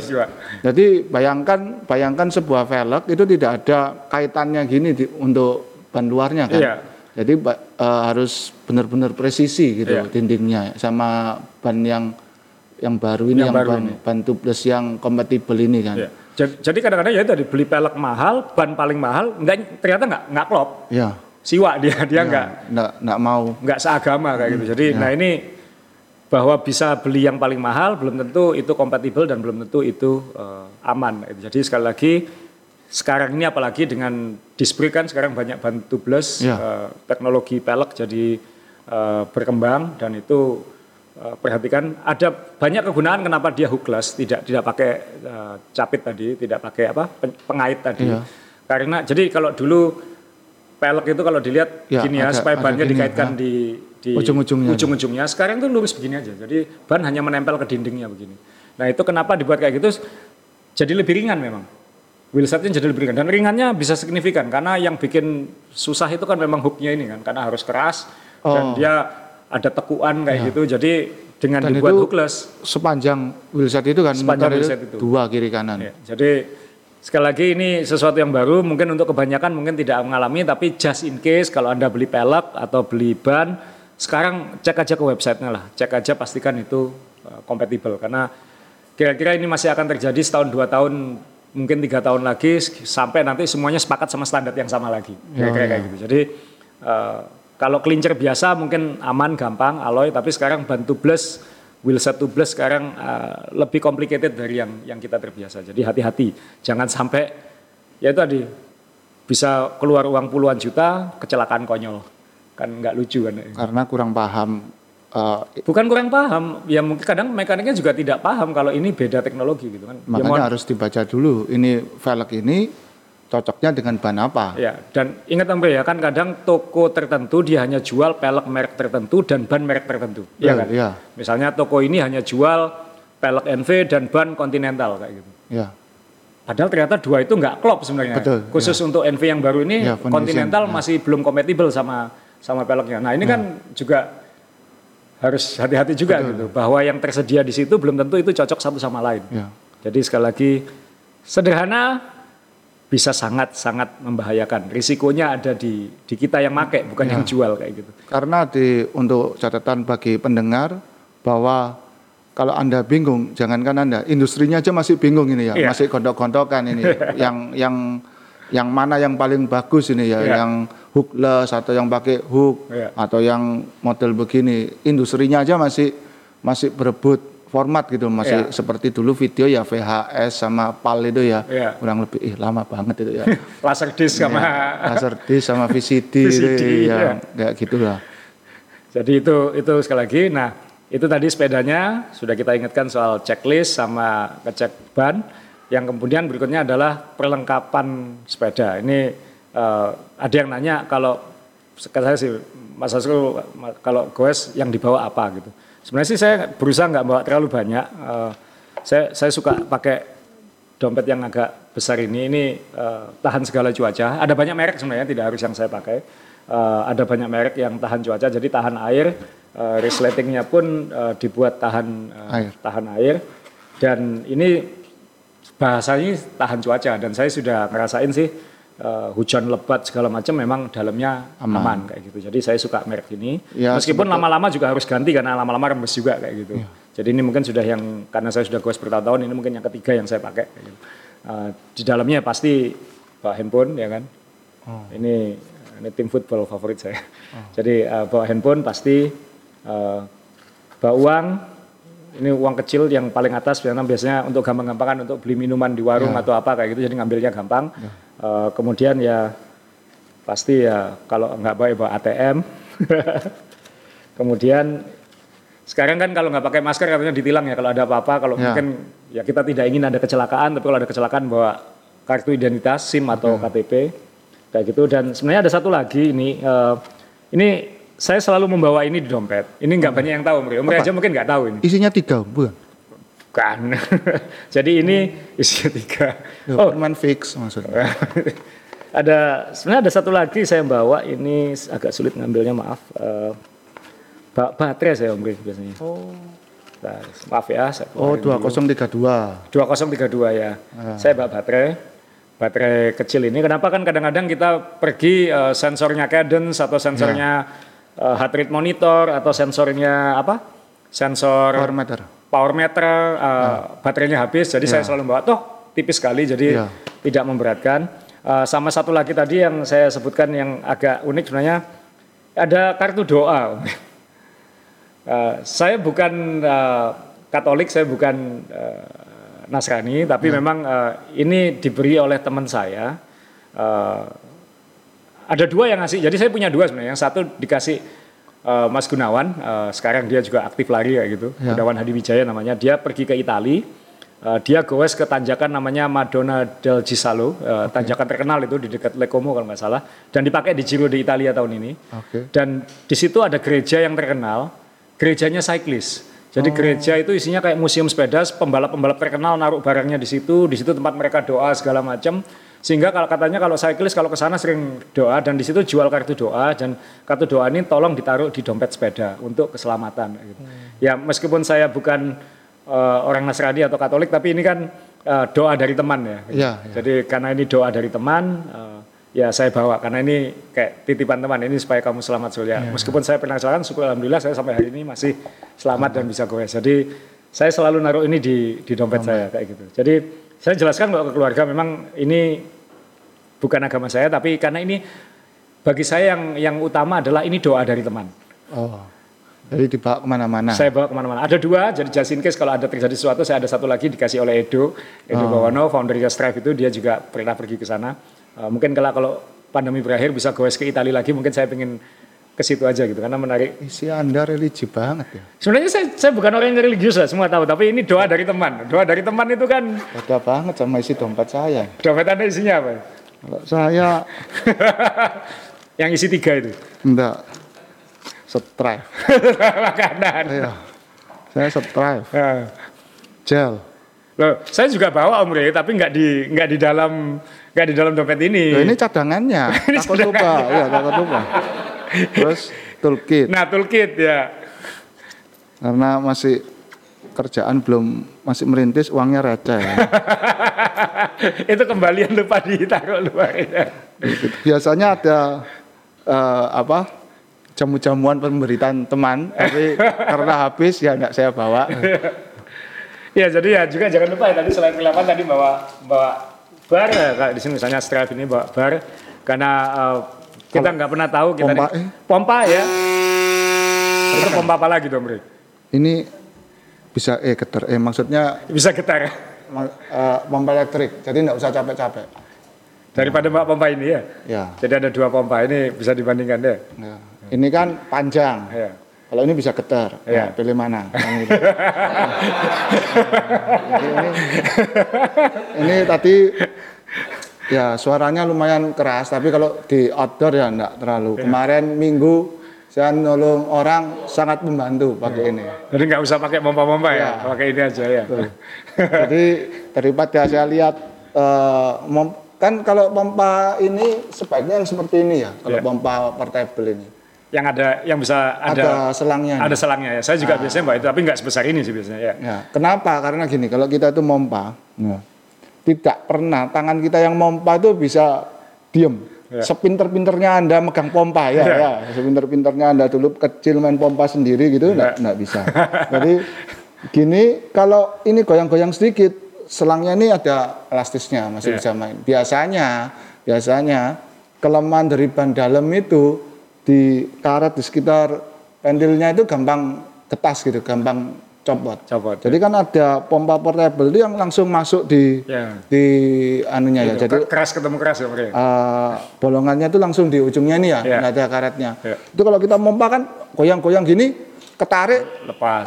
Jadi bayangkan sebuah velg itu tidak ada kaitannya gini untuk ban luarnya kan. Iya. Jadi harus benar-benar presisi gitu dindingnya sama ban yang baru ini ban tubeless yang kompatibel ini kan. Iya.
Jadi kadang-kadang ya tadi beli pelek mahal, ban paling mahal, ternyata nggak klop.
Iya.
Siwa dia nggak
mau.
Nggak seagama kayak gitu. Jadi nah ini bahwa bisa beli yang paling mahal belum tentu itu kompatibel dan belum tentu itu aman. Jadi sekali lagi sekarang ini apalagi dengan disc brake kan sekarang banyak ban tubeless, teknologi pelek jadi berkembang dan itu perhatikan ada banyak kegunaan kenapa dia hookless tidak pakai capit tadi, tidak pakai pengait tadi. Karena jadi kalau dulu pelek itu kalau dilihat gini ya supaya bannya dikaitkan di ujung-ujungnya. Sekarang itu lurus begini aja. Jadi ban hanya menempel ke dindingnya begini. Nah itu kenapa dibuat kayak gitu? Jadi lebih ringan memang. Wheelsetnya jadi lebih ringan dan ringannya bisa signifikan karena yang bikin susah itu kan memang hooknya ini kan karena harus keras dan dia ada tekuan kayak gitu. Jadi dengan dan dibuat hookless
sepanjang wheelset itu kan itu 2 kiri kanan.
Ya, jadi sekali lagi ini sesuatu yang baru mungkin untuk kebanyakan mungkin tidak mengalami tapi just in case kalau Anda beli pelek atau beli ban sekarang cek aja ke websitenya lah, cek aja pastikan itu kompatibel karena kira-kira ini masih akan terjadi setahun 2 tahun mungkin 3 tahun lagi sampai nanti semuanya sepakat sama standar yang sama lagi kira-kira kayak gitu. Jadi kalau kelincer biasa mungkin aman gampang alloy tapi sekarang ban tubeless wheelset tubeless sekarang lebih complicated dari yang kita terbiasa. Jadi hati-hati, jangan sampai ya tadi bisa keluar uang puluhan juta kecelakaan konyol, kan nggak lucu kan?
Karena kurang paham.
Bukan kurang paham, ya mungkin kadang mekaniknya juga tidak paham kalau ini beda teknologi gitu kan.
Makanya harus dibaca dulu, ini velg ini cocoknya dengan ban apa.
Ya, dan ingat Om ya kan kadang toko tertentu dia hanya jual pelek merek tertentu dan ban merek tertentu. Ya kan? Ya. Misalnya toko ini hanya jual pelek NV dan ban Continental kayak gitu. Ya. Padahal ternyata dua itu nggak klop sebenarnya. Betul, khusus untuk NV yang baru ini Continental masih belum kompatibel sama peleknya. Nah, ini kan juga harus hati-hati juga gitu bahwa yang tersedia di situ belum tentu itu cocok satu sama lain. Ya. Jadi sekali lagi sederhana bisa sangat membahayakan. Risikonya ada di kita yang pakai bukan yang jual kayak gitu.
Karena untuk catatan bagi pendengar bahwa kalau Anda bingung, jangankan Anda, industrinya aja masih bingung ini ya, masih gondok-gondokan ini. yang mana yang paling bagus ini ya, yang hookless atau yang pakai hook atau yang model begini. Industrinya aja masih berebut format gitu, masih seperti dulu video ya VHS sama PAL itu ya, kurang lebih lama banget itu ya.
Laserdisc
sama VCD itu ya, kayak gitulah.
Jadi itu sekali lagi. Nah, itu tadi sepedanya sudah kita ingatkan soal checklist sama ngecek ban. Yang kemudian berikutnya adalah perlengkapan sepeda. Ini ada yang nanya kalau saya sih Mas Asrul kalau goes yang dibawa apa gitu. Sebenarnya sih saya berusaha nggak bawa terlalu banyak. Saya suka pakai dompet yang agak besar ini tahan segala cuaca. Ada banyak merek sebenarnya, tidak harus yang saya pakai. Ada banyak merek yang tahan cuaca, jadi tahan air. Resletingnya pun dibuat tahan air. Dan ini bahasanya tahan cuaca dan saya sudah ngerasain sih hujan lebat segala macam memang dalamnya aman kayak gitu. Jadi saya suka merek ini. Ya, meskipun lama-lama juga harus ganti karena lama-lama rembes juga kayak gitu. Ya. Jadi ini mungkin sudah yang karena saya sudah goes bertahun-tahun ini mungkin yang ketiga yang saya pakai. Kayak gitu. Di dalamnya pasti bawa handphone ya kan. Ini tim football favorit saya. Jadi bawa handphone pasti bawa uang. Ini uang kecil yang paling atas biasanya untuk gampang-gampangan untuk beli minuman di warung atau apa kayak gitu, jadi ngambilnya gampang. Kemudian ya pasti ya kalau nggak bawa ATM. Kemudian sekarang kan kalau nggak pakai masker katanya ditilang ya kalau ada apa-apa. Kalau mungkin ya kita tidak ingin ada kecelakaan, tapi kalau ada kecelakaan bawa kartu identitas, SIM atau KTP kayak gitu. Dan sebenarnya ada satu lagi ini saya selalu membawa ini di dompet. Ini nggak banyak yang tahu, Om Ri aja mungkin nggak tahu ini.
Isinya 3, bukan?
Bukan. Jadi ini isinya 3.
Permen fix maksudnya.
Sebenarnya ada satu lagi saya bawa, ini agak sulit ngambilnya, maaf. Baterai saya, Om Ri, biasanya. Nah, maaf ya.
2032.
2032 ya. Saya bawa baterai kecil ini. Kenapa kan kadang-kadang kita pergi sensornya cadence atau sensornya heart rate monitor atau sensornya apa? Sensor power meter baterainya habis. Jadi saya selalu bawa, tipis sekali jadi tidak memberatkan. Sama satu lagi tadi yang saya sebutkan yang agak unik sebenarnya, ada kartu doa. Saya bukan Katolik, saya bukan Nasrani, tapi memang ini diberi oleh teman saya. Ada 2 yang ngasih, jadi saya punya 2 sebenarnya. Yang satu dikasih Mas Gunawan, sekarang dia juga aktif lari kayak gitu. Gunawan Hadiwijaya namanya. Dia pergi ke Italia, dia goes ke tanjakan namanya Madonna del Gisalo, tanjakan terkenal itu di dekat Lecomo kalau nggak salah. Dan dipakai di Giro di Italia tahun ini. Dan di situ ada gereja yang terkenal. Gerejanya cyclist. Jadi gereja itu isinya kayak museum sepeda, pembalap-pembalap terkenal naruh barangnya di situ tempat mereka doa segala macam. Sehingga katanya kalau cyclist kalau ke sana sering doa, dan di situ jual kartu doa, dan kartu doa ini tolong ditaruh di dompet sepeda untuk keselamatan gitu. Ya meskipun saya bukan orang Nasrani atau Katolik, tapi ini kan doa dari teman ya. Gitu. Jadi karena ini doa dari teman, ya saya bawa karena ini kayak titipan teman ini supaya kamu selamat Surya. Meskipun saya pernah kecelakaan, syukur alhamdulillah saya sampai hari ini masih selamat dan bisa goes. Jadi saya selalu naruh ini di dompet saya kayak gitu. Jadi saya jelaskan kalau ke keluarga memang ini bukan agama saya, tapi karena ini bagi saya yang utama adalah ini doa dari teman.
Jadi dibawa kemana-mana.
Saya bawa kemana-mana. Ada 2, jadi just in case kalau ada terjadi sesuatu, saya ada satu lagi dikasih oleh Edo Bawono, foundernya Strive itu, dia juga pernah pergi ke sana. Mungkin kalau pandemi berakhir bisa goes ke Italia lagi, mungkin saya pengen ke situ aja gitu karena menarik.
Isi Anda religi banget ya.
Sebenarnya saya bukan orang yang religius lah, semua tahu, tapi ini doa dari teman. Doa dari teman itu kan
beda banget sama isi dompet saya.
Dompet Anda isinya apa?
Kalau saya
yang isi 3 itu.
Enggak. Strive.
Makanan.
Iya. Saya Strive. Gel.
Loh, saya juga bawa Om Ri, tapi nggak di dalam dompet ini.
Loh, ini cadangannya. Takut lupa. Iya, takut lupa. Terus toolkit.
Nah, toolkit ya.
Karena masih kerjaan masih merintis, uangnya receh.
Itu kembalian lupa ditaruh luar ya.
Biasanya ada jamu-jamuan pemberitaan teman, tapi karena habis ya enggak saya bawa.
Ya jadi ya juga jangan lupa ya tadi selain P8 tadi bawa bar ya, kayak di sini misalnya Strive ini bawa bar karena kita nggak pernah tahu kita pompa ya. Itu pompa apa lagi dong, Bre?
Ini bisa getar maksudnya
bisa getar.
Pompa elektrik, jadi nggak usah capek-capek.
Daripada pompa ini ya.
Ya.
Jadi ada 2 pompa ini bisa dibandingkan deh.
Ya. Ini kan panjang.
Ya.
Kalau ini bisa getar,
ya.
Pilih mana? ini tadi ya suaranya lumayan keras, tapi kalau di outdoor ya enggak terlalu. Kemarin Minggu saya nolong orang sangat membantu pakai ini.
Jadi nggak usah pakai pompa-pompa ya, pakai ini aja ya.
Jadi daripada saya lihat kan kalau pompa ini sebaiknya yang seperti ini ya, kalau pompa portable ini.
Yang bisa ada
selangnya.
Ada selangnya ya. Saya juga biasanya bawa itu, tapi nggak sebesar ini sih biasanya ya.
Ya. Kenapa? Karena gini, kalau kita itu mompa, tidak pernah tangan kita yang mompa itu bisa diem. Ya. Sepinter-pinternya Anda megang pompa ya. Sepinter-pinternya Anda dulu kecil main pompa sendiri gitu, nggak bisa. Jadi gini, kalau ini goyang-goyang sedikit, selangnya ini ada elastisnya, masih bisa main. Biasanya kelemahan dari ban dalam itu di karet di sekitar pendilnya itu gampang getas gitu, gampang copot. Jadi kan ada pompa portable itu yang langsung masuk di anunya ya. Jadi
keras ketemu keras ya mereka.
Bolongannya itu langsung di ujungnya ini ya, nggak ada karetnya. Itu kalau kita pompa kan goyang-goyang gini, ketarik,
lepas.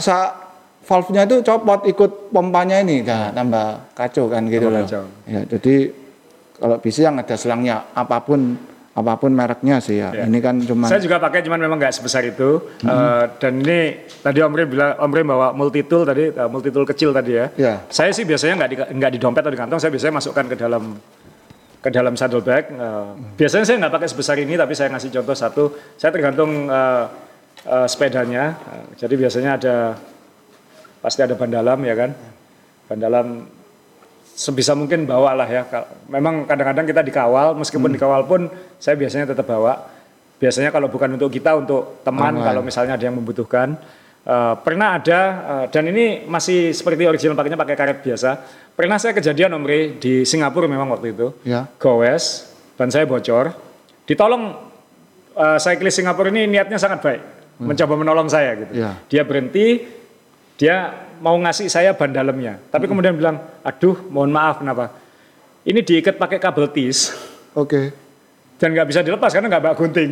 Valve-nya itu copot ikut pompanya ini, tambah kacau kan gitu loh. Ya, jadi Kalau BC yang ada selangnya apapun mereknya sih ya. Ini kan cuma.
Saya juga pakai, cuman memang nggak sebesar itu. Dan ini tadi Om Rey bawa multitool tadi, multitool kecil tadi ya. Saya sih biasanya nggak di dompet atau di kantong. Saya biasanya masukkan ke dalam saddle bag. Biasanya saya nggak pakai sebesar ini, tapi saya ngasih contoh satu. Saya tergantung sepedanya. Jadi biasanya pasti ada ban dalam ya kan. Ban dalam sebisa mungkin bawa lah ya. Memang kadang-kadang kita dikawal, meskipun dikawal pun saya biasanya tetap bawa. Biasanya kalau bukan untuk kita, untuk teman, kalau misalnya ada yang membutuhkan. Pernah ada, dan ini masih seperti original pakainya pakai karet biasa. Pernah saya kejadian Om Rey di Singapura memang waktu itu. Gowes, ban saya bocor. Ditolong cyclist Singapura ini niatnya sangat baik. Mencoba menolong saya gitu. Dia berhenti, dia mau ngasih saya ban dalamnya, tapi kemudian bilang, aduh mohon maaf kenapa, ini diikat pakai kabel tis, dan nggak bisa dilepas karena nggak bawa gunting.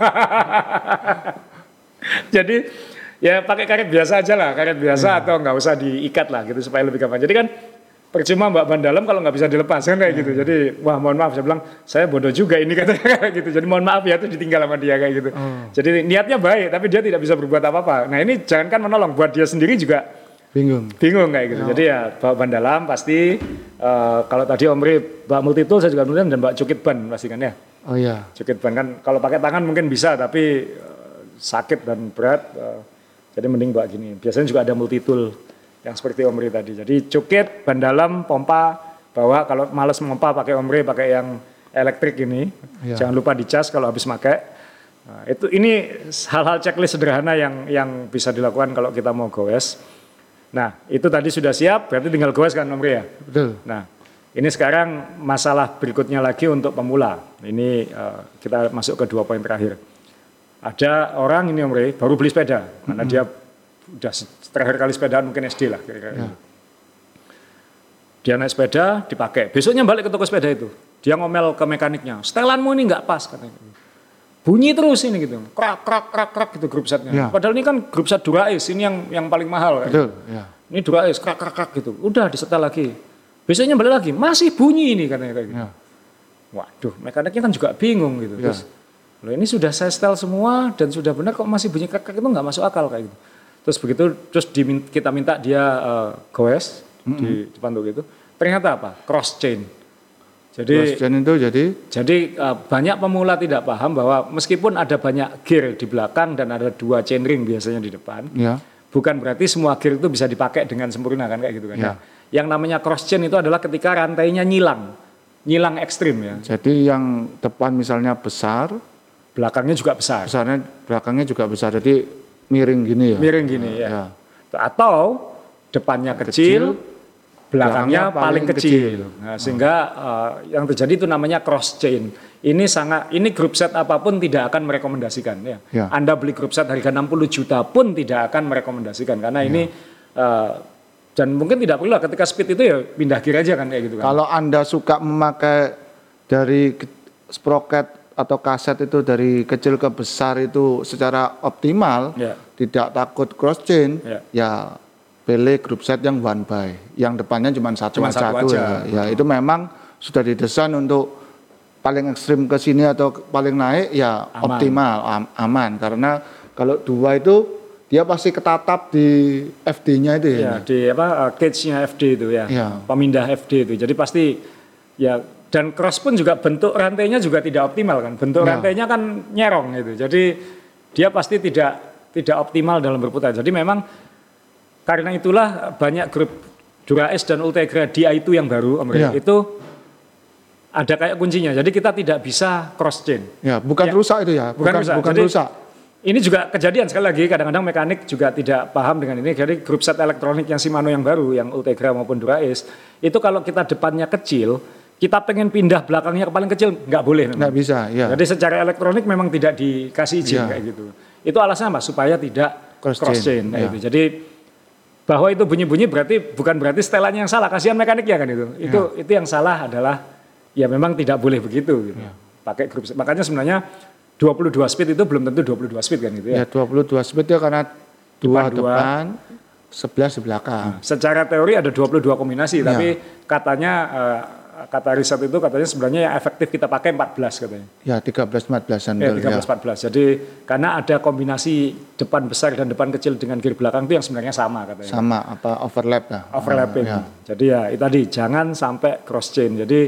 Jadi ya pakai karet biasa aja lah, karet biasa atau nggak usah diikat lah gitu supaya lebih gampang. Jadi kan percuma mbak ban dalam kalau nggak bisa dilepas kan kayak gitu. Jadi wah mohon maaf, saya bilang saya bodoh juga ini katanya kayak gitu. Jadi mohon maaf ya, itu ditinggal sama dia kayak gitu. Jadi niatnya baik tapi dia tidak bisa berbuat apa-apa. Nah ini jangankan menolong, buat dia sendiri juga bingung kayak gitu. Jadi ya bawa ban dalam pasti. Kalau tadi Om Rey bawa multitool, saya juga kemudian dan bawa cukit ban pasti kan ya. Cukit ban kan kalau pakai tangan mungkin bisa tapi sakit dan berat. Jadi mending bawa gini. Biasanya juga ada multitool yang seperti Om Rey tadi. Jadi cukit, ban dalam, pompa, bawa. Kalau males memompa pakai Om Rey, pakai yang elektrik ini. Jangan lupa dicas kalau habis pakai. Nah, ini hal-hal checklist sederhana yang bisa dilakukan kalau kita mau goes. Nah, itu tadi sudah siap, berarti tinggal goes kan Om Rey ya?
Betul.
Nah, ini sekarang masalah berikutnya lagi untuk pemula. Ini kita masuk ke 2 poin terakhir. Ada orang ini Om Rey baru beli sepeda, karena dia udah terakhir kali sepedaan mungkin SD lah kira-kira. Dia naik sepeda, dipakai. Besoknya balik ke toko sepeda itu. Dia ngomel ke mekaniknya, setelanmu ini nggak pas katanya. Bunyi terus ini gitu, krak gitu grup setnya. Padahal ini kan grup set Dura-Ace, ini yang paling mahal. Betul. Ini Dura-Ace krak gitu. Udah disetel lagi. Besoknya balik lagi, masih bunyi ini katanya kayak gitu. Waduh, mekaniknya kan juga bingung gitu. Terus, loh ini sudah saya setel semua dan sudah benar kok masih bunyi krak itu nggak masuk akal kayak gitu. Terus kita minta dia goes di depan tuh gitu. Ternyata apa? Cross chain. Jadi banyak pemula tidak paham bahwa meskipun ada banyak gear di belakang dan ada 2 chainring biasanya di depan, bukan berarti semua gear itu bisa dipakai dengan sempurna kan kayak gitu kan. Yang namanya cross chain itu adalah ketika rantainya nyilang ekstrim ya.
Jadi yang depan misalnya besar,
belakangnya juga besar.
Belakangnya juga besar. Jadi miring gini ya.
Miring gini ya. Atau depannya kecil, belakangnya paling kecil. Nah, sehingga yang terjadi itu namanya cross chain. Ini grup set apapun tidak akan merekomendasikan ya. Anda beli grup set harga 60 juta pun tidak akan merekomendasikan karena ini dan mungkin tidak perlu lah ketika speed itu ya pindah gear aja kan kayak gitu kan.
Kalau Anda suka memakai dari sprocket atau kaset itu dari kecil ke besar itu secara optimal, tidak takut cross chain, ya pilih grup set yang one by, yang depannya cuma satu aja. Ya itu memang sudah didesain untuk paling ekstrim ke sini atau paling naik ya optimal, aman. Karena kalau 2 itu dia pasti ketatap di FD-nya itu ya.
Di cage-nya FD itu ya. Pemindah FD itu. Jadi pasti ya, dan cross pun juga bentuk rantainya juga tidak optimal kan. Bentuk rantainya kan nyerong gitu. Jadi dia pasti tidak optimal dalam berputar. Jadi memang karena itulah banyak grup Dura-Ace dan Ultegra DI2 yang baru Om Rey itu ada kayak kuncinya. Jadi kita tidak bisa cross chain.
Bukan rusak itu ya. Bukan
Jadi,
rusak.
Ini juga kejadian sekali lagi, kadang-kadang mekanik juga tidak paham dengan ini. Jadi grup set elektronik yang Shimano yang baru, yang Ultegra maupun Dura-Ace, itu kalau kita depannya kecil, kita pengen pindah belakangnya ke paling kecil, nggak boleh.
Nggak bisa, ya.
Jadi secara elektronik memang tidak dikasih izin kayak gitu. Itu alasannya Mas, supaya tidak cross chain. Gitu. Jadi bahwa itu bunyi-bunyi bukan berarti setelannya yang salah, kasihan mekaniknya kan itu. Itu yang salah adalah ya memang tidak boleh begitu gitu. Pakai grup set. Makanya sebenarnya 22 speed itu belum tentu 22 speed kan gitu ya.
22 speed ya karena 2 depan, 11 di belakang.
Secara teori ada 22 kombinasi tapi katanya kata riset itu katanya sebenarnya yang efektif kita pakai 14 katanya.
Ya 13-14an.
Ya 13-14. Jadi karena ada kombinasi depan besar dan depan kecil dengan gear belakang itu yang sebenarnya sama katanya.
Sama apa overlap ya.
Overlapping. Jadi ya itu tadi jangan sampai cross chain. Jadi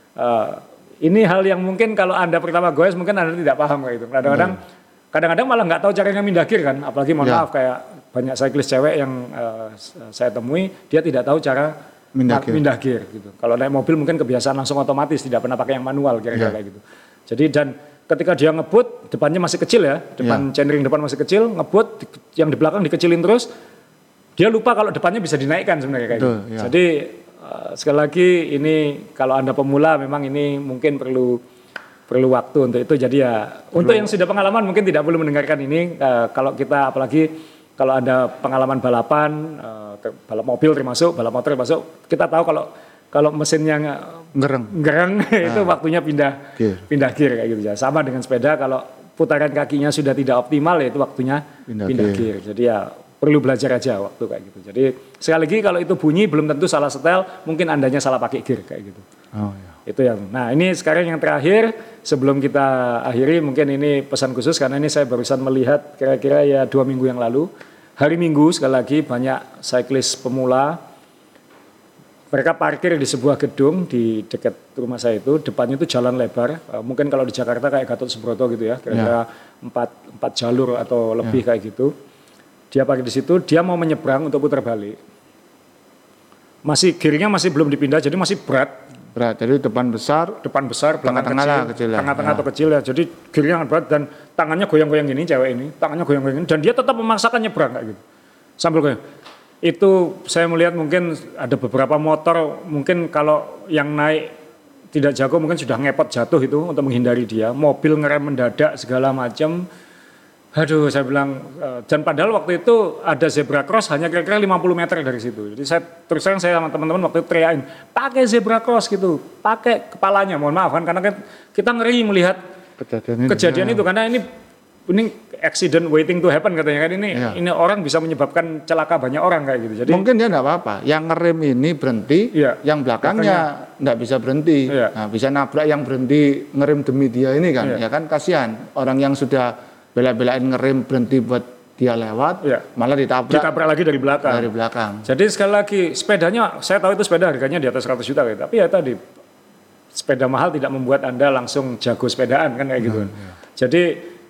ini hal yang mungkin kalau Anda pertama goes mungkin Anda tidak paham kayak gitu. Kadang-kadang malah nggak tahu caranya mindah gear kan. Apalagi mohon maaf kayak banyak cyclist cewek yang saya temui dia tidak tahu cara mindah gear gitu. Kalau naik mobil mungkin kebiasaan langsung otomatis, tidak pernah pakai yang manual kira-kira kayak gitu. Jadi dan ketika dia ngebut depannya masih kecil ya, chainring depan masih kecil, ngebut yang di belakang dikecilin terus, dia lupa kalau depannya bisa dinaikkan sebenarnya kayak gitu. Jadi sekali lagi ini kalau Anda pemula memang ini mungkin perlu waktu untuk itu. Jadi ya untuk yang sudah pengalaman mungkin tidak perlu mendengarkan ini. Kalau kita apalagi kalau ada pengalaman balapan, balap mobil termasuk, balap motor termasuk, kita tahu kalau mesinnya gereng itu waktunya pindah gear kayak gitu ya. Sama dengan sepeda, kalau putaran kakinya sudah tidak optimal ya itu waktunya pindah gear. Jadi ya perlu belajar aja waktu kayak gitu. Jadi sekali lagi kalau itu bunyi belum tentu salah setel, mungkin andanya salah pakai gear kayak gitu. Itu yang. Nah ini sekarang yang terakhir sebelum kita akhiri mungkin ini pesan khusus karena ini saya barusan melihat kira-kira ya 2 minggu yang lalu. Hari Minggu sekali lagi banyak cyclist pemula. Mereka parkir di sebuah gedung di dekat rumah saya itu. Depannya itu jalan lebar. Mungkin kalau di Jakarta kayak Gatot Subroto gitu ya. Kira-kira 4 jalur atau lebih kayak gitu. Dia parkir di situ. Dia mau menyeberang untuk putar balik. Gearnya masih belum dipindah jadi masih berat.
Jadi depan besar,
belakang kecil, tengah-tengah atau kecil ya. Jadi gearnya berat dan tangannya goyang-goyang gini cewek ini, tangannya goyang-goyang gini, dan dia tetap memaksakan nyebrang kayak gitu. Sambil goyang. Itu saya melihat mungkin ada beberapa motor mungkin kalau yang naik tidak jago mungkin sudah ngepot jatuh itu untuk menghindari dia. Mobil ngerem mendadak segala macam. Aduh, saya bilang, dan padahal waktu itu ada zebra cross hanya kira-kira 50 meter dari situ. Jadi terus terang saya sama teman-teman waktu itu teriakin, pakai zebra cross gitu, pakai kepalanya, mohon maaf kan, karena kita ngeri melihat kejadian itu, karena ini accident waiting to happen katanya kan, ini orang bisa menyebabkan celaka banyak orang kayak gitu. Jadi
mungkin dia enggak apa-apa, yang ngerem ini berhenti, yang belakangnya enggak bisa berhenti, nah, bisa nabrak yang berhenti ngerem demi dia ini kan, ya kan kasihan orang yang sudah bela-belain ngerem berhenti buat dia lewat, malah ditabrak
lagi dari belakang. Jadi sekali lagi sepedanya, saya tahu itu sepeda harganya di atas 100 juta gitu. Tapi ya tadi sepeda mahal tidak membuat Anda langsung jago sepedaan kan kayak gitu. Jadi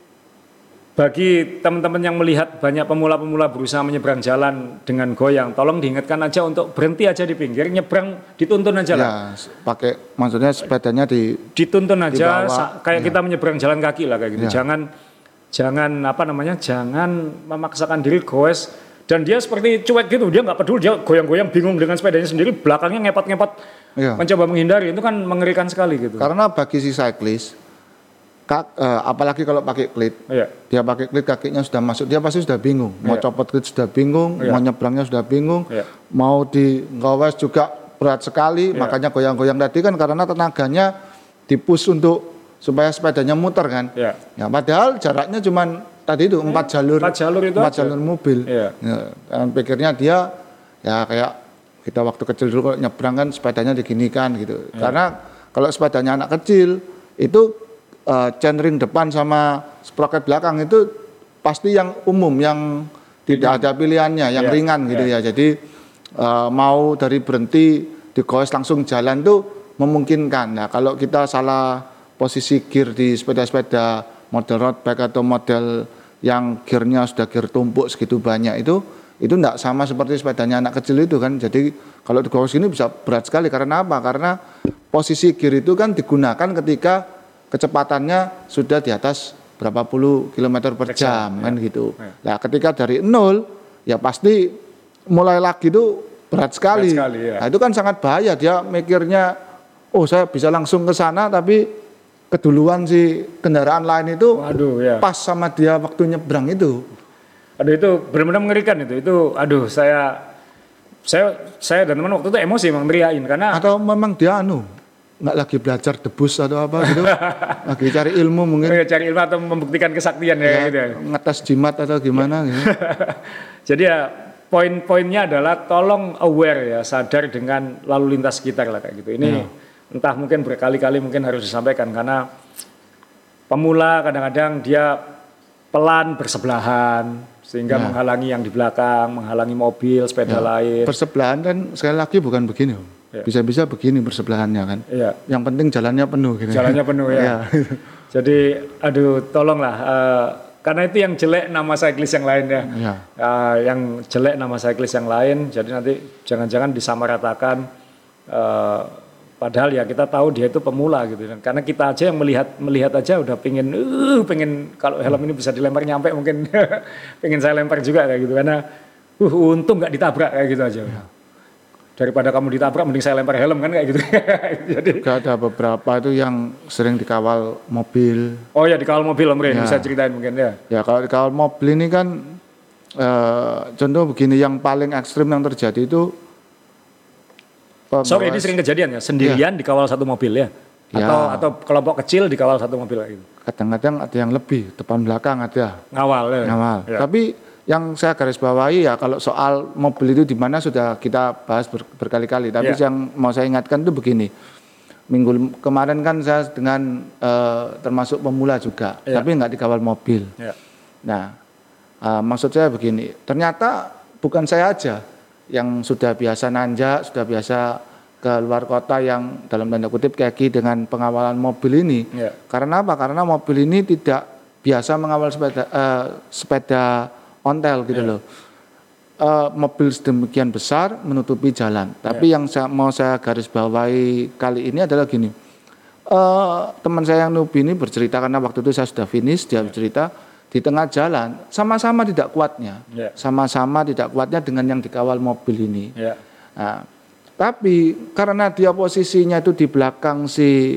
bagi teman-teman yang melihat banyak pemula-pemula berusaha menyeberang jalan dengan goyang, tolong diingatkan aja untuk berhenti aja di pinggir, nyebrang dituntun aja lah.
Pakai maksudnya sepedanya
dituntun aja kayak kita menyeberang jalan kaki lah kayak gitu. Jangan memaksakan diri goes dan dia seperti cuek gitu, dia nggak peduli, dia goyang-goyang bingung dengan sepedanya sendiri, belakangnya ngepot-ngepot mencoba menghindari, itu kan mengerikan sekali gitu.
Karena bagi si cyclist apalagi kalau pakai klit, dia pakai klit kakinya sudah masuk, dia pasti sudah bingung, mau copot klit sudah bingung, mau nyebrangnya sudah bingung, mau di gowes juga berat sekali, makanya goyang-goyang tadi kan karena tenaganya dipush untuk supaya sepedanya muter kan. Ya, padahal jaraknya cuma tadi itu 4 jalur mobil. Dan pikirnya dia ya kayak kita waktu kecil dulu kalau nyebrang kan sepedanya diginikan gitu. Karena kalau sepedanya anak kecil itu chainring depan sama sprocket belakang itu pasti yang umum, yang tidak ada pilihannya, yang ringan gitu ya. Jadi mau dari berhenti digoes langsung jalan tuh memungkinkan. Nah, kalau kita salah posisi gear di sepeda-sepeda model road bike atau model yang gearnya sudah gear tumpuk segitu banyak itu enggak sama seperti sepedanya anak kecil itu kan. Jadi kalau di goes ini bisa berat sekali karena apa? Karena posisi gear itu kan digunakan ketika kecepatannya sudah di atas berapa puluh kilometer per jam kan gitu. Nah, ketika dari 0 ya pasti mulai lagi itu berat sekali. Nah, itu kan sangat bahaya, dia mikirnya oh saya bisa langsung ke sana tapi keduluan si kendaraan lain itu pas sama dia waktu nyebrang itu.
Aduh itu benar-benar mengerikan itu. Aduh saya dan teman waktu itu emosi emang teriakin karena
atau memang dia nggak lagi belajar debus atau apa gitu. Lagi cari ilmu mungkin.
Cari ilmu atau membuktikan kesaktian ya gitu ya.
Ngetes jimat atau gimana gitu.
Jadi ya poin-poinnya adalah tolong aware ya, sadar dengan lalu lintas sekitar lah kayak gitu. Ini entah mungkin berkali-kali mungkin harus disampaikan, karena pemula kadang-kadang dia pelan bersebelahan sehingga menghalangi yang di belakang, menghalangi mobil, sepeda lain.
Bersebelahan kan sekali lagi bukan begini, Om. Bisa-bisa begini bersebelahannya kan. Yang penting jalannya penuh gitu.
Jalannya penuh ya. Jadi aduh tolonglah karena itu yang jelek nama cyclist yang lain ya. Yang jelek nama cyclist yang lain, jadi nanti jangan-jangan disamaratakan padahal ya kita tahu dia itu pemula gitu. Karena kita aja yang melihat aja udah pengen kalau helm ini bisa dilempar nyampe mungkin pengen saya lempar juga kayak gitu, karena untung nggak ditabrak kayak gitu aja. Daripada kamu ditabrak mending saya lempar helm kan kayak gitu. Jadi
juga ada beberapa itu yang sering dikawal mobil.
Oh ya, dikawal mobil Om Rin, bisa ceritain mungkin ya.
Ya kalau dikawal mobil ini kan contoh begini, yang paling ekstrim yang terjadi itu
ini sering kejadian ya, sendirian dikawal satu mobil ya. Atau kelompok kecil dikawal satu mobil kayak gitu. Kadang-kadang
ada yang lebih, depan belakang ada.
Ngawal ya.
Ngawal. Ya. Tapi yang saya garis bawahi ya, kalau soal mobil itu di mana sudah kita bahas berkali-kali. Tapi yang mau saya ingatkan itu begini. Minggu kemarin kan saya dengan termasuk pemula juga, tapi nggak dikawal mobil. Nah, maksud saya begini. Ternyata bukan saya aja yang sudah biasa nanjak, sudah biasa ke luar kota yang dalam tanda kutip kaki dengan pengawalan mobil ini. Karena apa? Karena mobil ini tidak biasa mengawal sepeda ontel gitu loh. Mobil sedemikian besar menutupi jalan. Tapi yang mau saya garis bawahi kali ini adalah gini. Teman saya yang newbie ini bercerita, karena waktu itu saya sudah finish, dia bercerita di tengah jalan sama-sama tidak kuatnya. Sama-sama tidak kuatnya dengan yang dikawal mobil ini. Nah, tapi karena dia posisinya itu di belakang si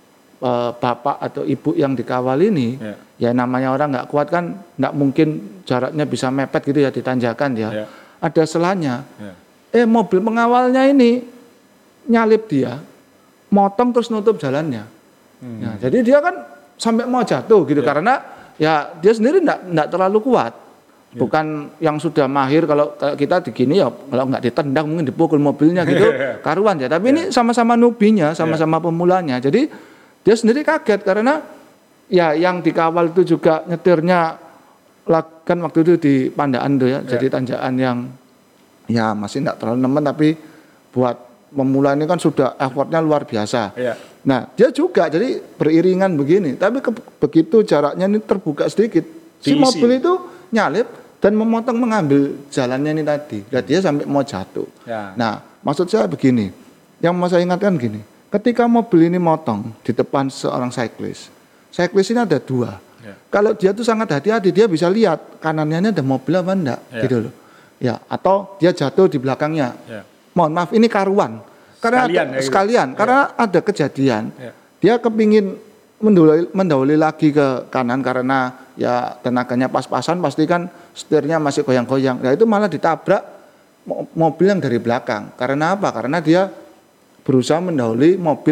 bapak atau ibu yang dikawal ini, ya namanya orang nggak kuat kan, nggak mungkin jaraknya bisa mepet gitu ya, ditanjakan ya. Ada selanya. Mobil pengawalnya ini nyalip dia, motong terus nutup jalannya. Nah, jadi dia kan sampai mau jatuh gitu karena ya dia sendiri nggak terlalu kuat. Bukan yang sudah mahir, kalau kita begini ya kalau nggak ditendang mungkin dipukul mobilnya gitu karuan ya. Tapi ini sama-sama nubinya, sama-sama pemulanya. Jadi dia sendiri kaget karena ya yang dikawal itu juga nyetirnya kan waktu itu di Pandaan tuh ya. Jadi tanjakan yang ya masih enggak terlalu nemen, tapi buat pemula ini kan sudah effortnya luar biasa. Nah, dia juga jadi beriringan begini, tapi begitu jaraknya ini terbuka sedikit, si mobil itu nyalip dan memotong mengambil jalannya ini tadi. Dan dia sampai mau jatuh. Nah, maksud saya begini, yang mau saya ingatkan gini, ketika mobil ini motong di depan seorang cyclist ini ada dua. Kalau dia tuh sangat hati-hati, dia bisa lihat kanannya ini ada mobil apa enggak, gitu loh. Ya, atau dia jatuh di belakangnya. Mohon maaf, ini karuan. Karena sekalian, karena ada kejadian. Dia kepingin mendahului lagi ke kanan karena ya tenaganya pas-pasan, pasti kan setirnya masih goyang-goyang. Nah, itu malah ditabrak mobil yang dari belakang. Karena apa? Karena dia berusaha mendahului mobil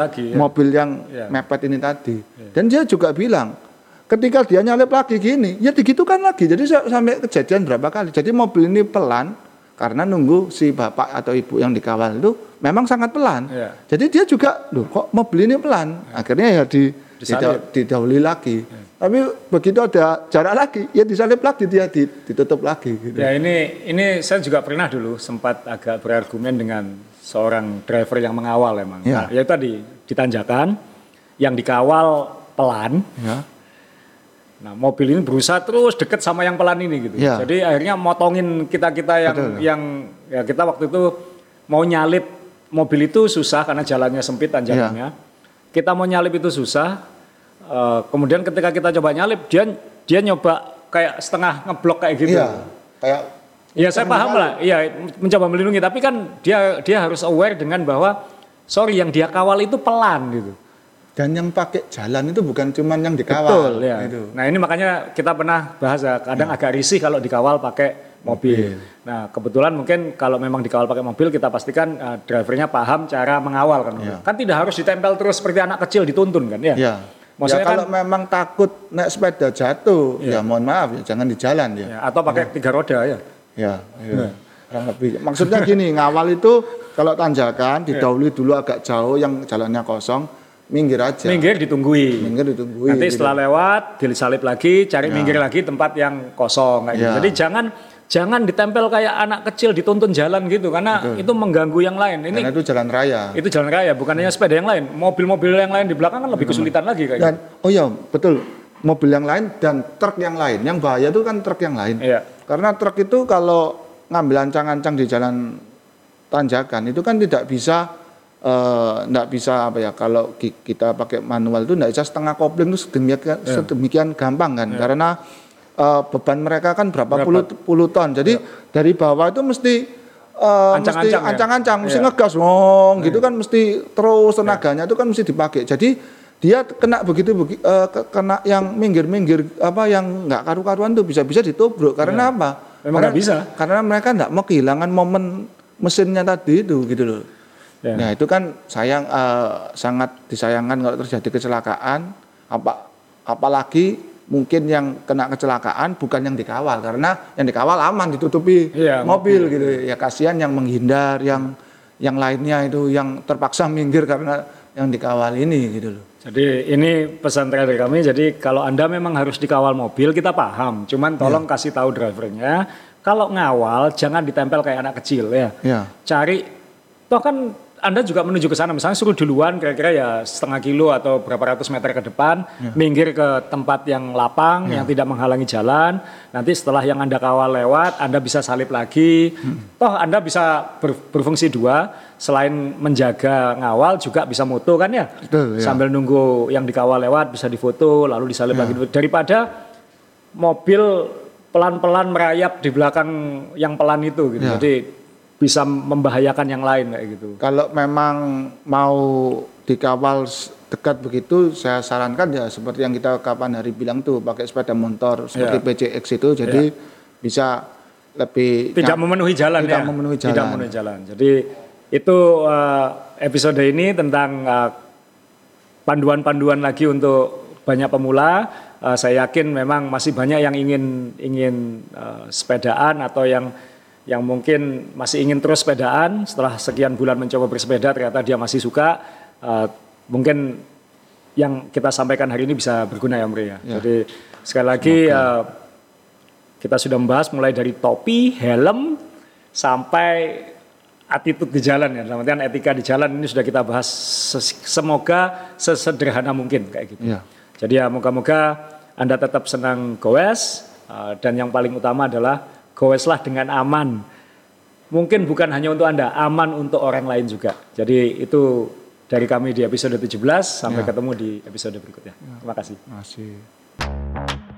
yang mepet ini tadi. Dan dia juga bilang, ketika dia nyalip lagi gini, ya digitukan lagi. Jadi sampai kejadian berapa kali. Jadi mobil ini pelan karena nunggu si bapak atau ibu yang dikawal itu memang sangat pelan. Jadi dia juga, loh kok mobil ini pelan. Akhirnya ya didahului lagi. Tapi begitu ada jarak lagi, ya disalip lagi, dia ditutup lagi. Gitu.
Ya ini saya juga pernah dulu sempat agak berargumen dengan seorang driver yang mengawal emang. Nah, ya tadi ditanjakan, yang dikawal pelan. Nah, mobil ini berusaha terus deket sama yang pelan ini gitu. Jadi akhirnya motongin kita yang ya kita waktu itu mau nyalip mobil itu susah karena jalannya sempit tanjakannya. Kita mau nyalip itu susah. Kemudian ketika kita coba nyalip, dia nyoba kayak setengah ngeblok kayak gitu. Ya saya paham lah, iya mencoba melindungi, tapi kan dia harus aware dengan bahwa yang dia kawal itu pelan gitu.
Dan yang pakai jalan itu bukan cuma yang dikawal.
Betul ya. Gitu. Nah ini makanya kita pernah bahas kadang agak risih kalau dikawal pakai mobil. Nah kebetulan mungkin kalau memang dikawal pakai mobil kita pastikan drivernya paham cara mengawal kan. Kan tidak harus ditempel terus seperti anak kecil dituntun kan ya.
Maksudnya kalau memang takut naik sepeda jatuh, ya mohon maaf ya jangan di jalan ya.
Atau pakai 3 roda ya.
kurang lebih. Maksudnya gini, ngawal itu kalau tanjakan didahului dulu agak jauh yang jalannya kosong, minggir aja.
Minggir ditunggui. Nanti
gitu.
setelah lewat disalip lagi, cari minggir lagi tempat yang kosong kayak gitu. Jadi jangan ditempel kayak anak kecil dituntun jalan gitu karena itu mengganggu yang lain. Ini
karena itu jalan raya.
Itu jalan raya, bukan hanya sepeda yang lain. Mobil-mobil yang lain di belakang kan lebih kesulitan lagi kayak
Dan
gitu.
oh iya, betul. Mobil yang lain dan truk yang lain. Yang bahaya itu kan truk yang lain.
Iya.
Karena truk itu kalau ngambil ancang-ancang di jalan tanjakan itu kan tidak bisa apa ya, kalau kita pakai manual itu tidak bisa setengah kopling itu sedemikian gampang kan, karena beban mereka kan berapa puluh ton, jadi dari bawah itu mesti ancang-ancang, mesti ngegas gitu kan, mesti terus tenaganya itu kan mesti dipakai, jadi dia kena kena yang minggir-minggir apa yang nggak karu-karuan tuh bisa-bisa ditubruk karena apa?
Memang nggak bisa.
Karena mereka nggak mau kehilangan momen mesinnya tadi itu gitu loh. Ya. Nah itu kan sangat disayangkan kalau terjadi kecelakaan, apalagi mungkin yang kena kecelakaan bukan yang dikawal, karena yang dikawal aman ditutupi mobil gitu ya, kasihan yang menghindar, yang lainnya itu yang terpaksa minggir karena yang dikawal ini gitu loh.
Jadi ini pesan terakhir kami, jadi kalau Anda memang harus dikawal mobil kita paham, cuman tolong kasih tahu drivernya kalau ngawal jangan ditempel kayak anak kecil ya. Cari, toh kan Anda juga menuju ke sana, misalnya suruh duluan kira-kira ya setengah kilo atau berapa ratus meter ke depan, minggir ke tempat yang lapang, yang tidak menghalangi jalan, nanti setelah yang Anda kawal lewat, Anda bisa salip lagi, toh Anda bisa berfungsi dua, selain menjaga ngawal juga bisa moto kan ya,
betul,
sambil nunggu yang dikawal lewat bisa difoto, lalu disalip lagi, daripada mobil pelan-pelan merayap di belakang yang pelan itu gitu, jadi bisa membahayakan yang lain kayak gitu.
Kalau memang mau dikawal dekat begitu, saya sarankan ya seperti yang kita kapan hari bilang tuh, pakai sepeda motor seperti PCX itu, jadi bisa lebih
tidak memenuhi jalan. Jadi itu episode ini tentang panduan-panduan lagi untuk banyak pemula. Saya yakin memang masih banyak yang ingin sepedaan atau yang mungkin masih ingin terus sepedaan setelah sekian bulan mencoba bersepeda ternyata dia masih suka, mungkin yang kita sampaikan hari ini bisa berguna ya Om Ria. Jadi sekali lagi kita sudah membahas mulai dari topi, helm sampai attitude di jalan ya, dalam artian etika di jalan ini sudah kita bahas, semoga sesederhana mungkin kayak gitu. Jadi ya moga-moga Anda tetap senang goes, dan yang paling utama adalah goeslah dengan aman. Mungkin bukan hanya untuk Anda, aman untuk orang lain juga. Jadi itu dari kami di episode 17, sampai ketemu di episode berikutnya. Terima kasih.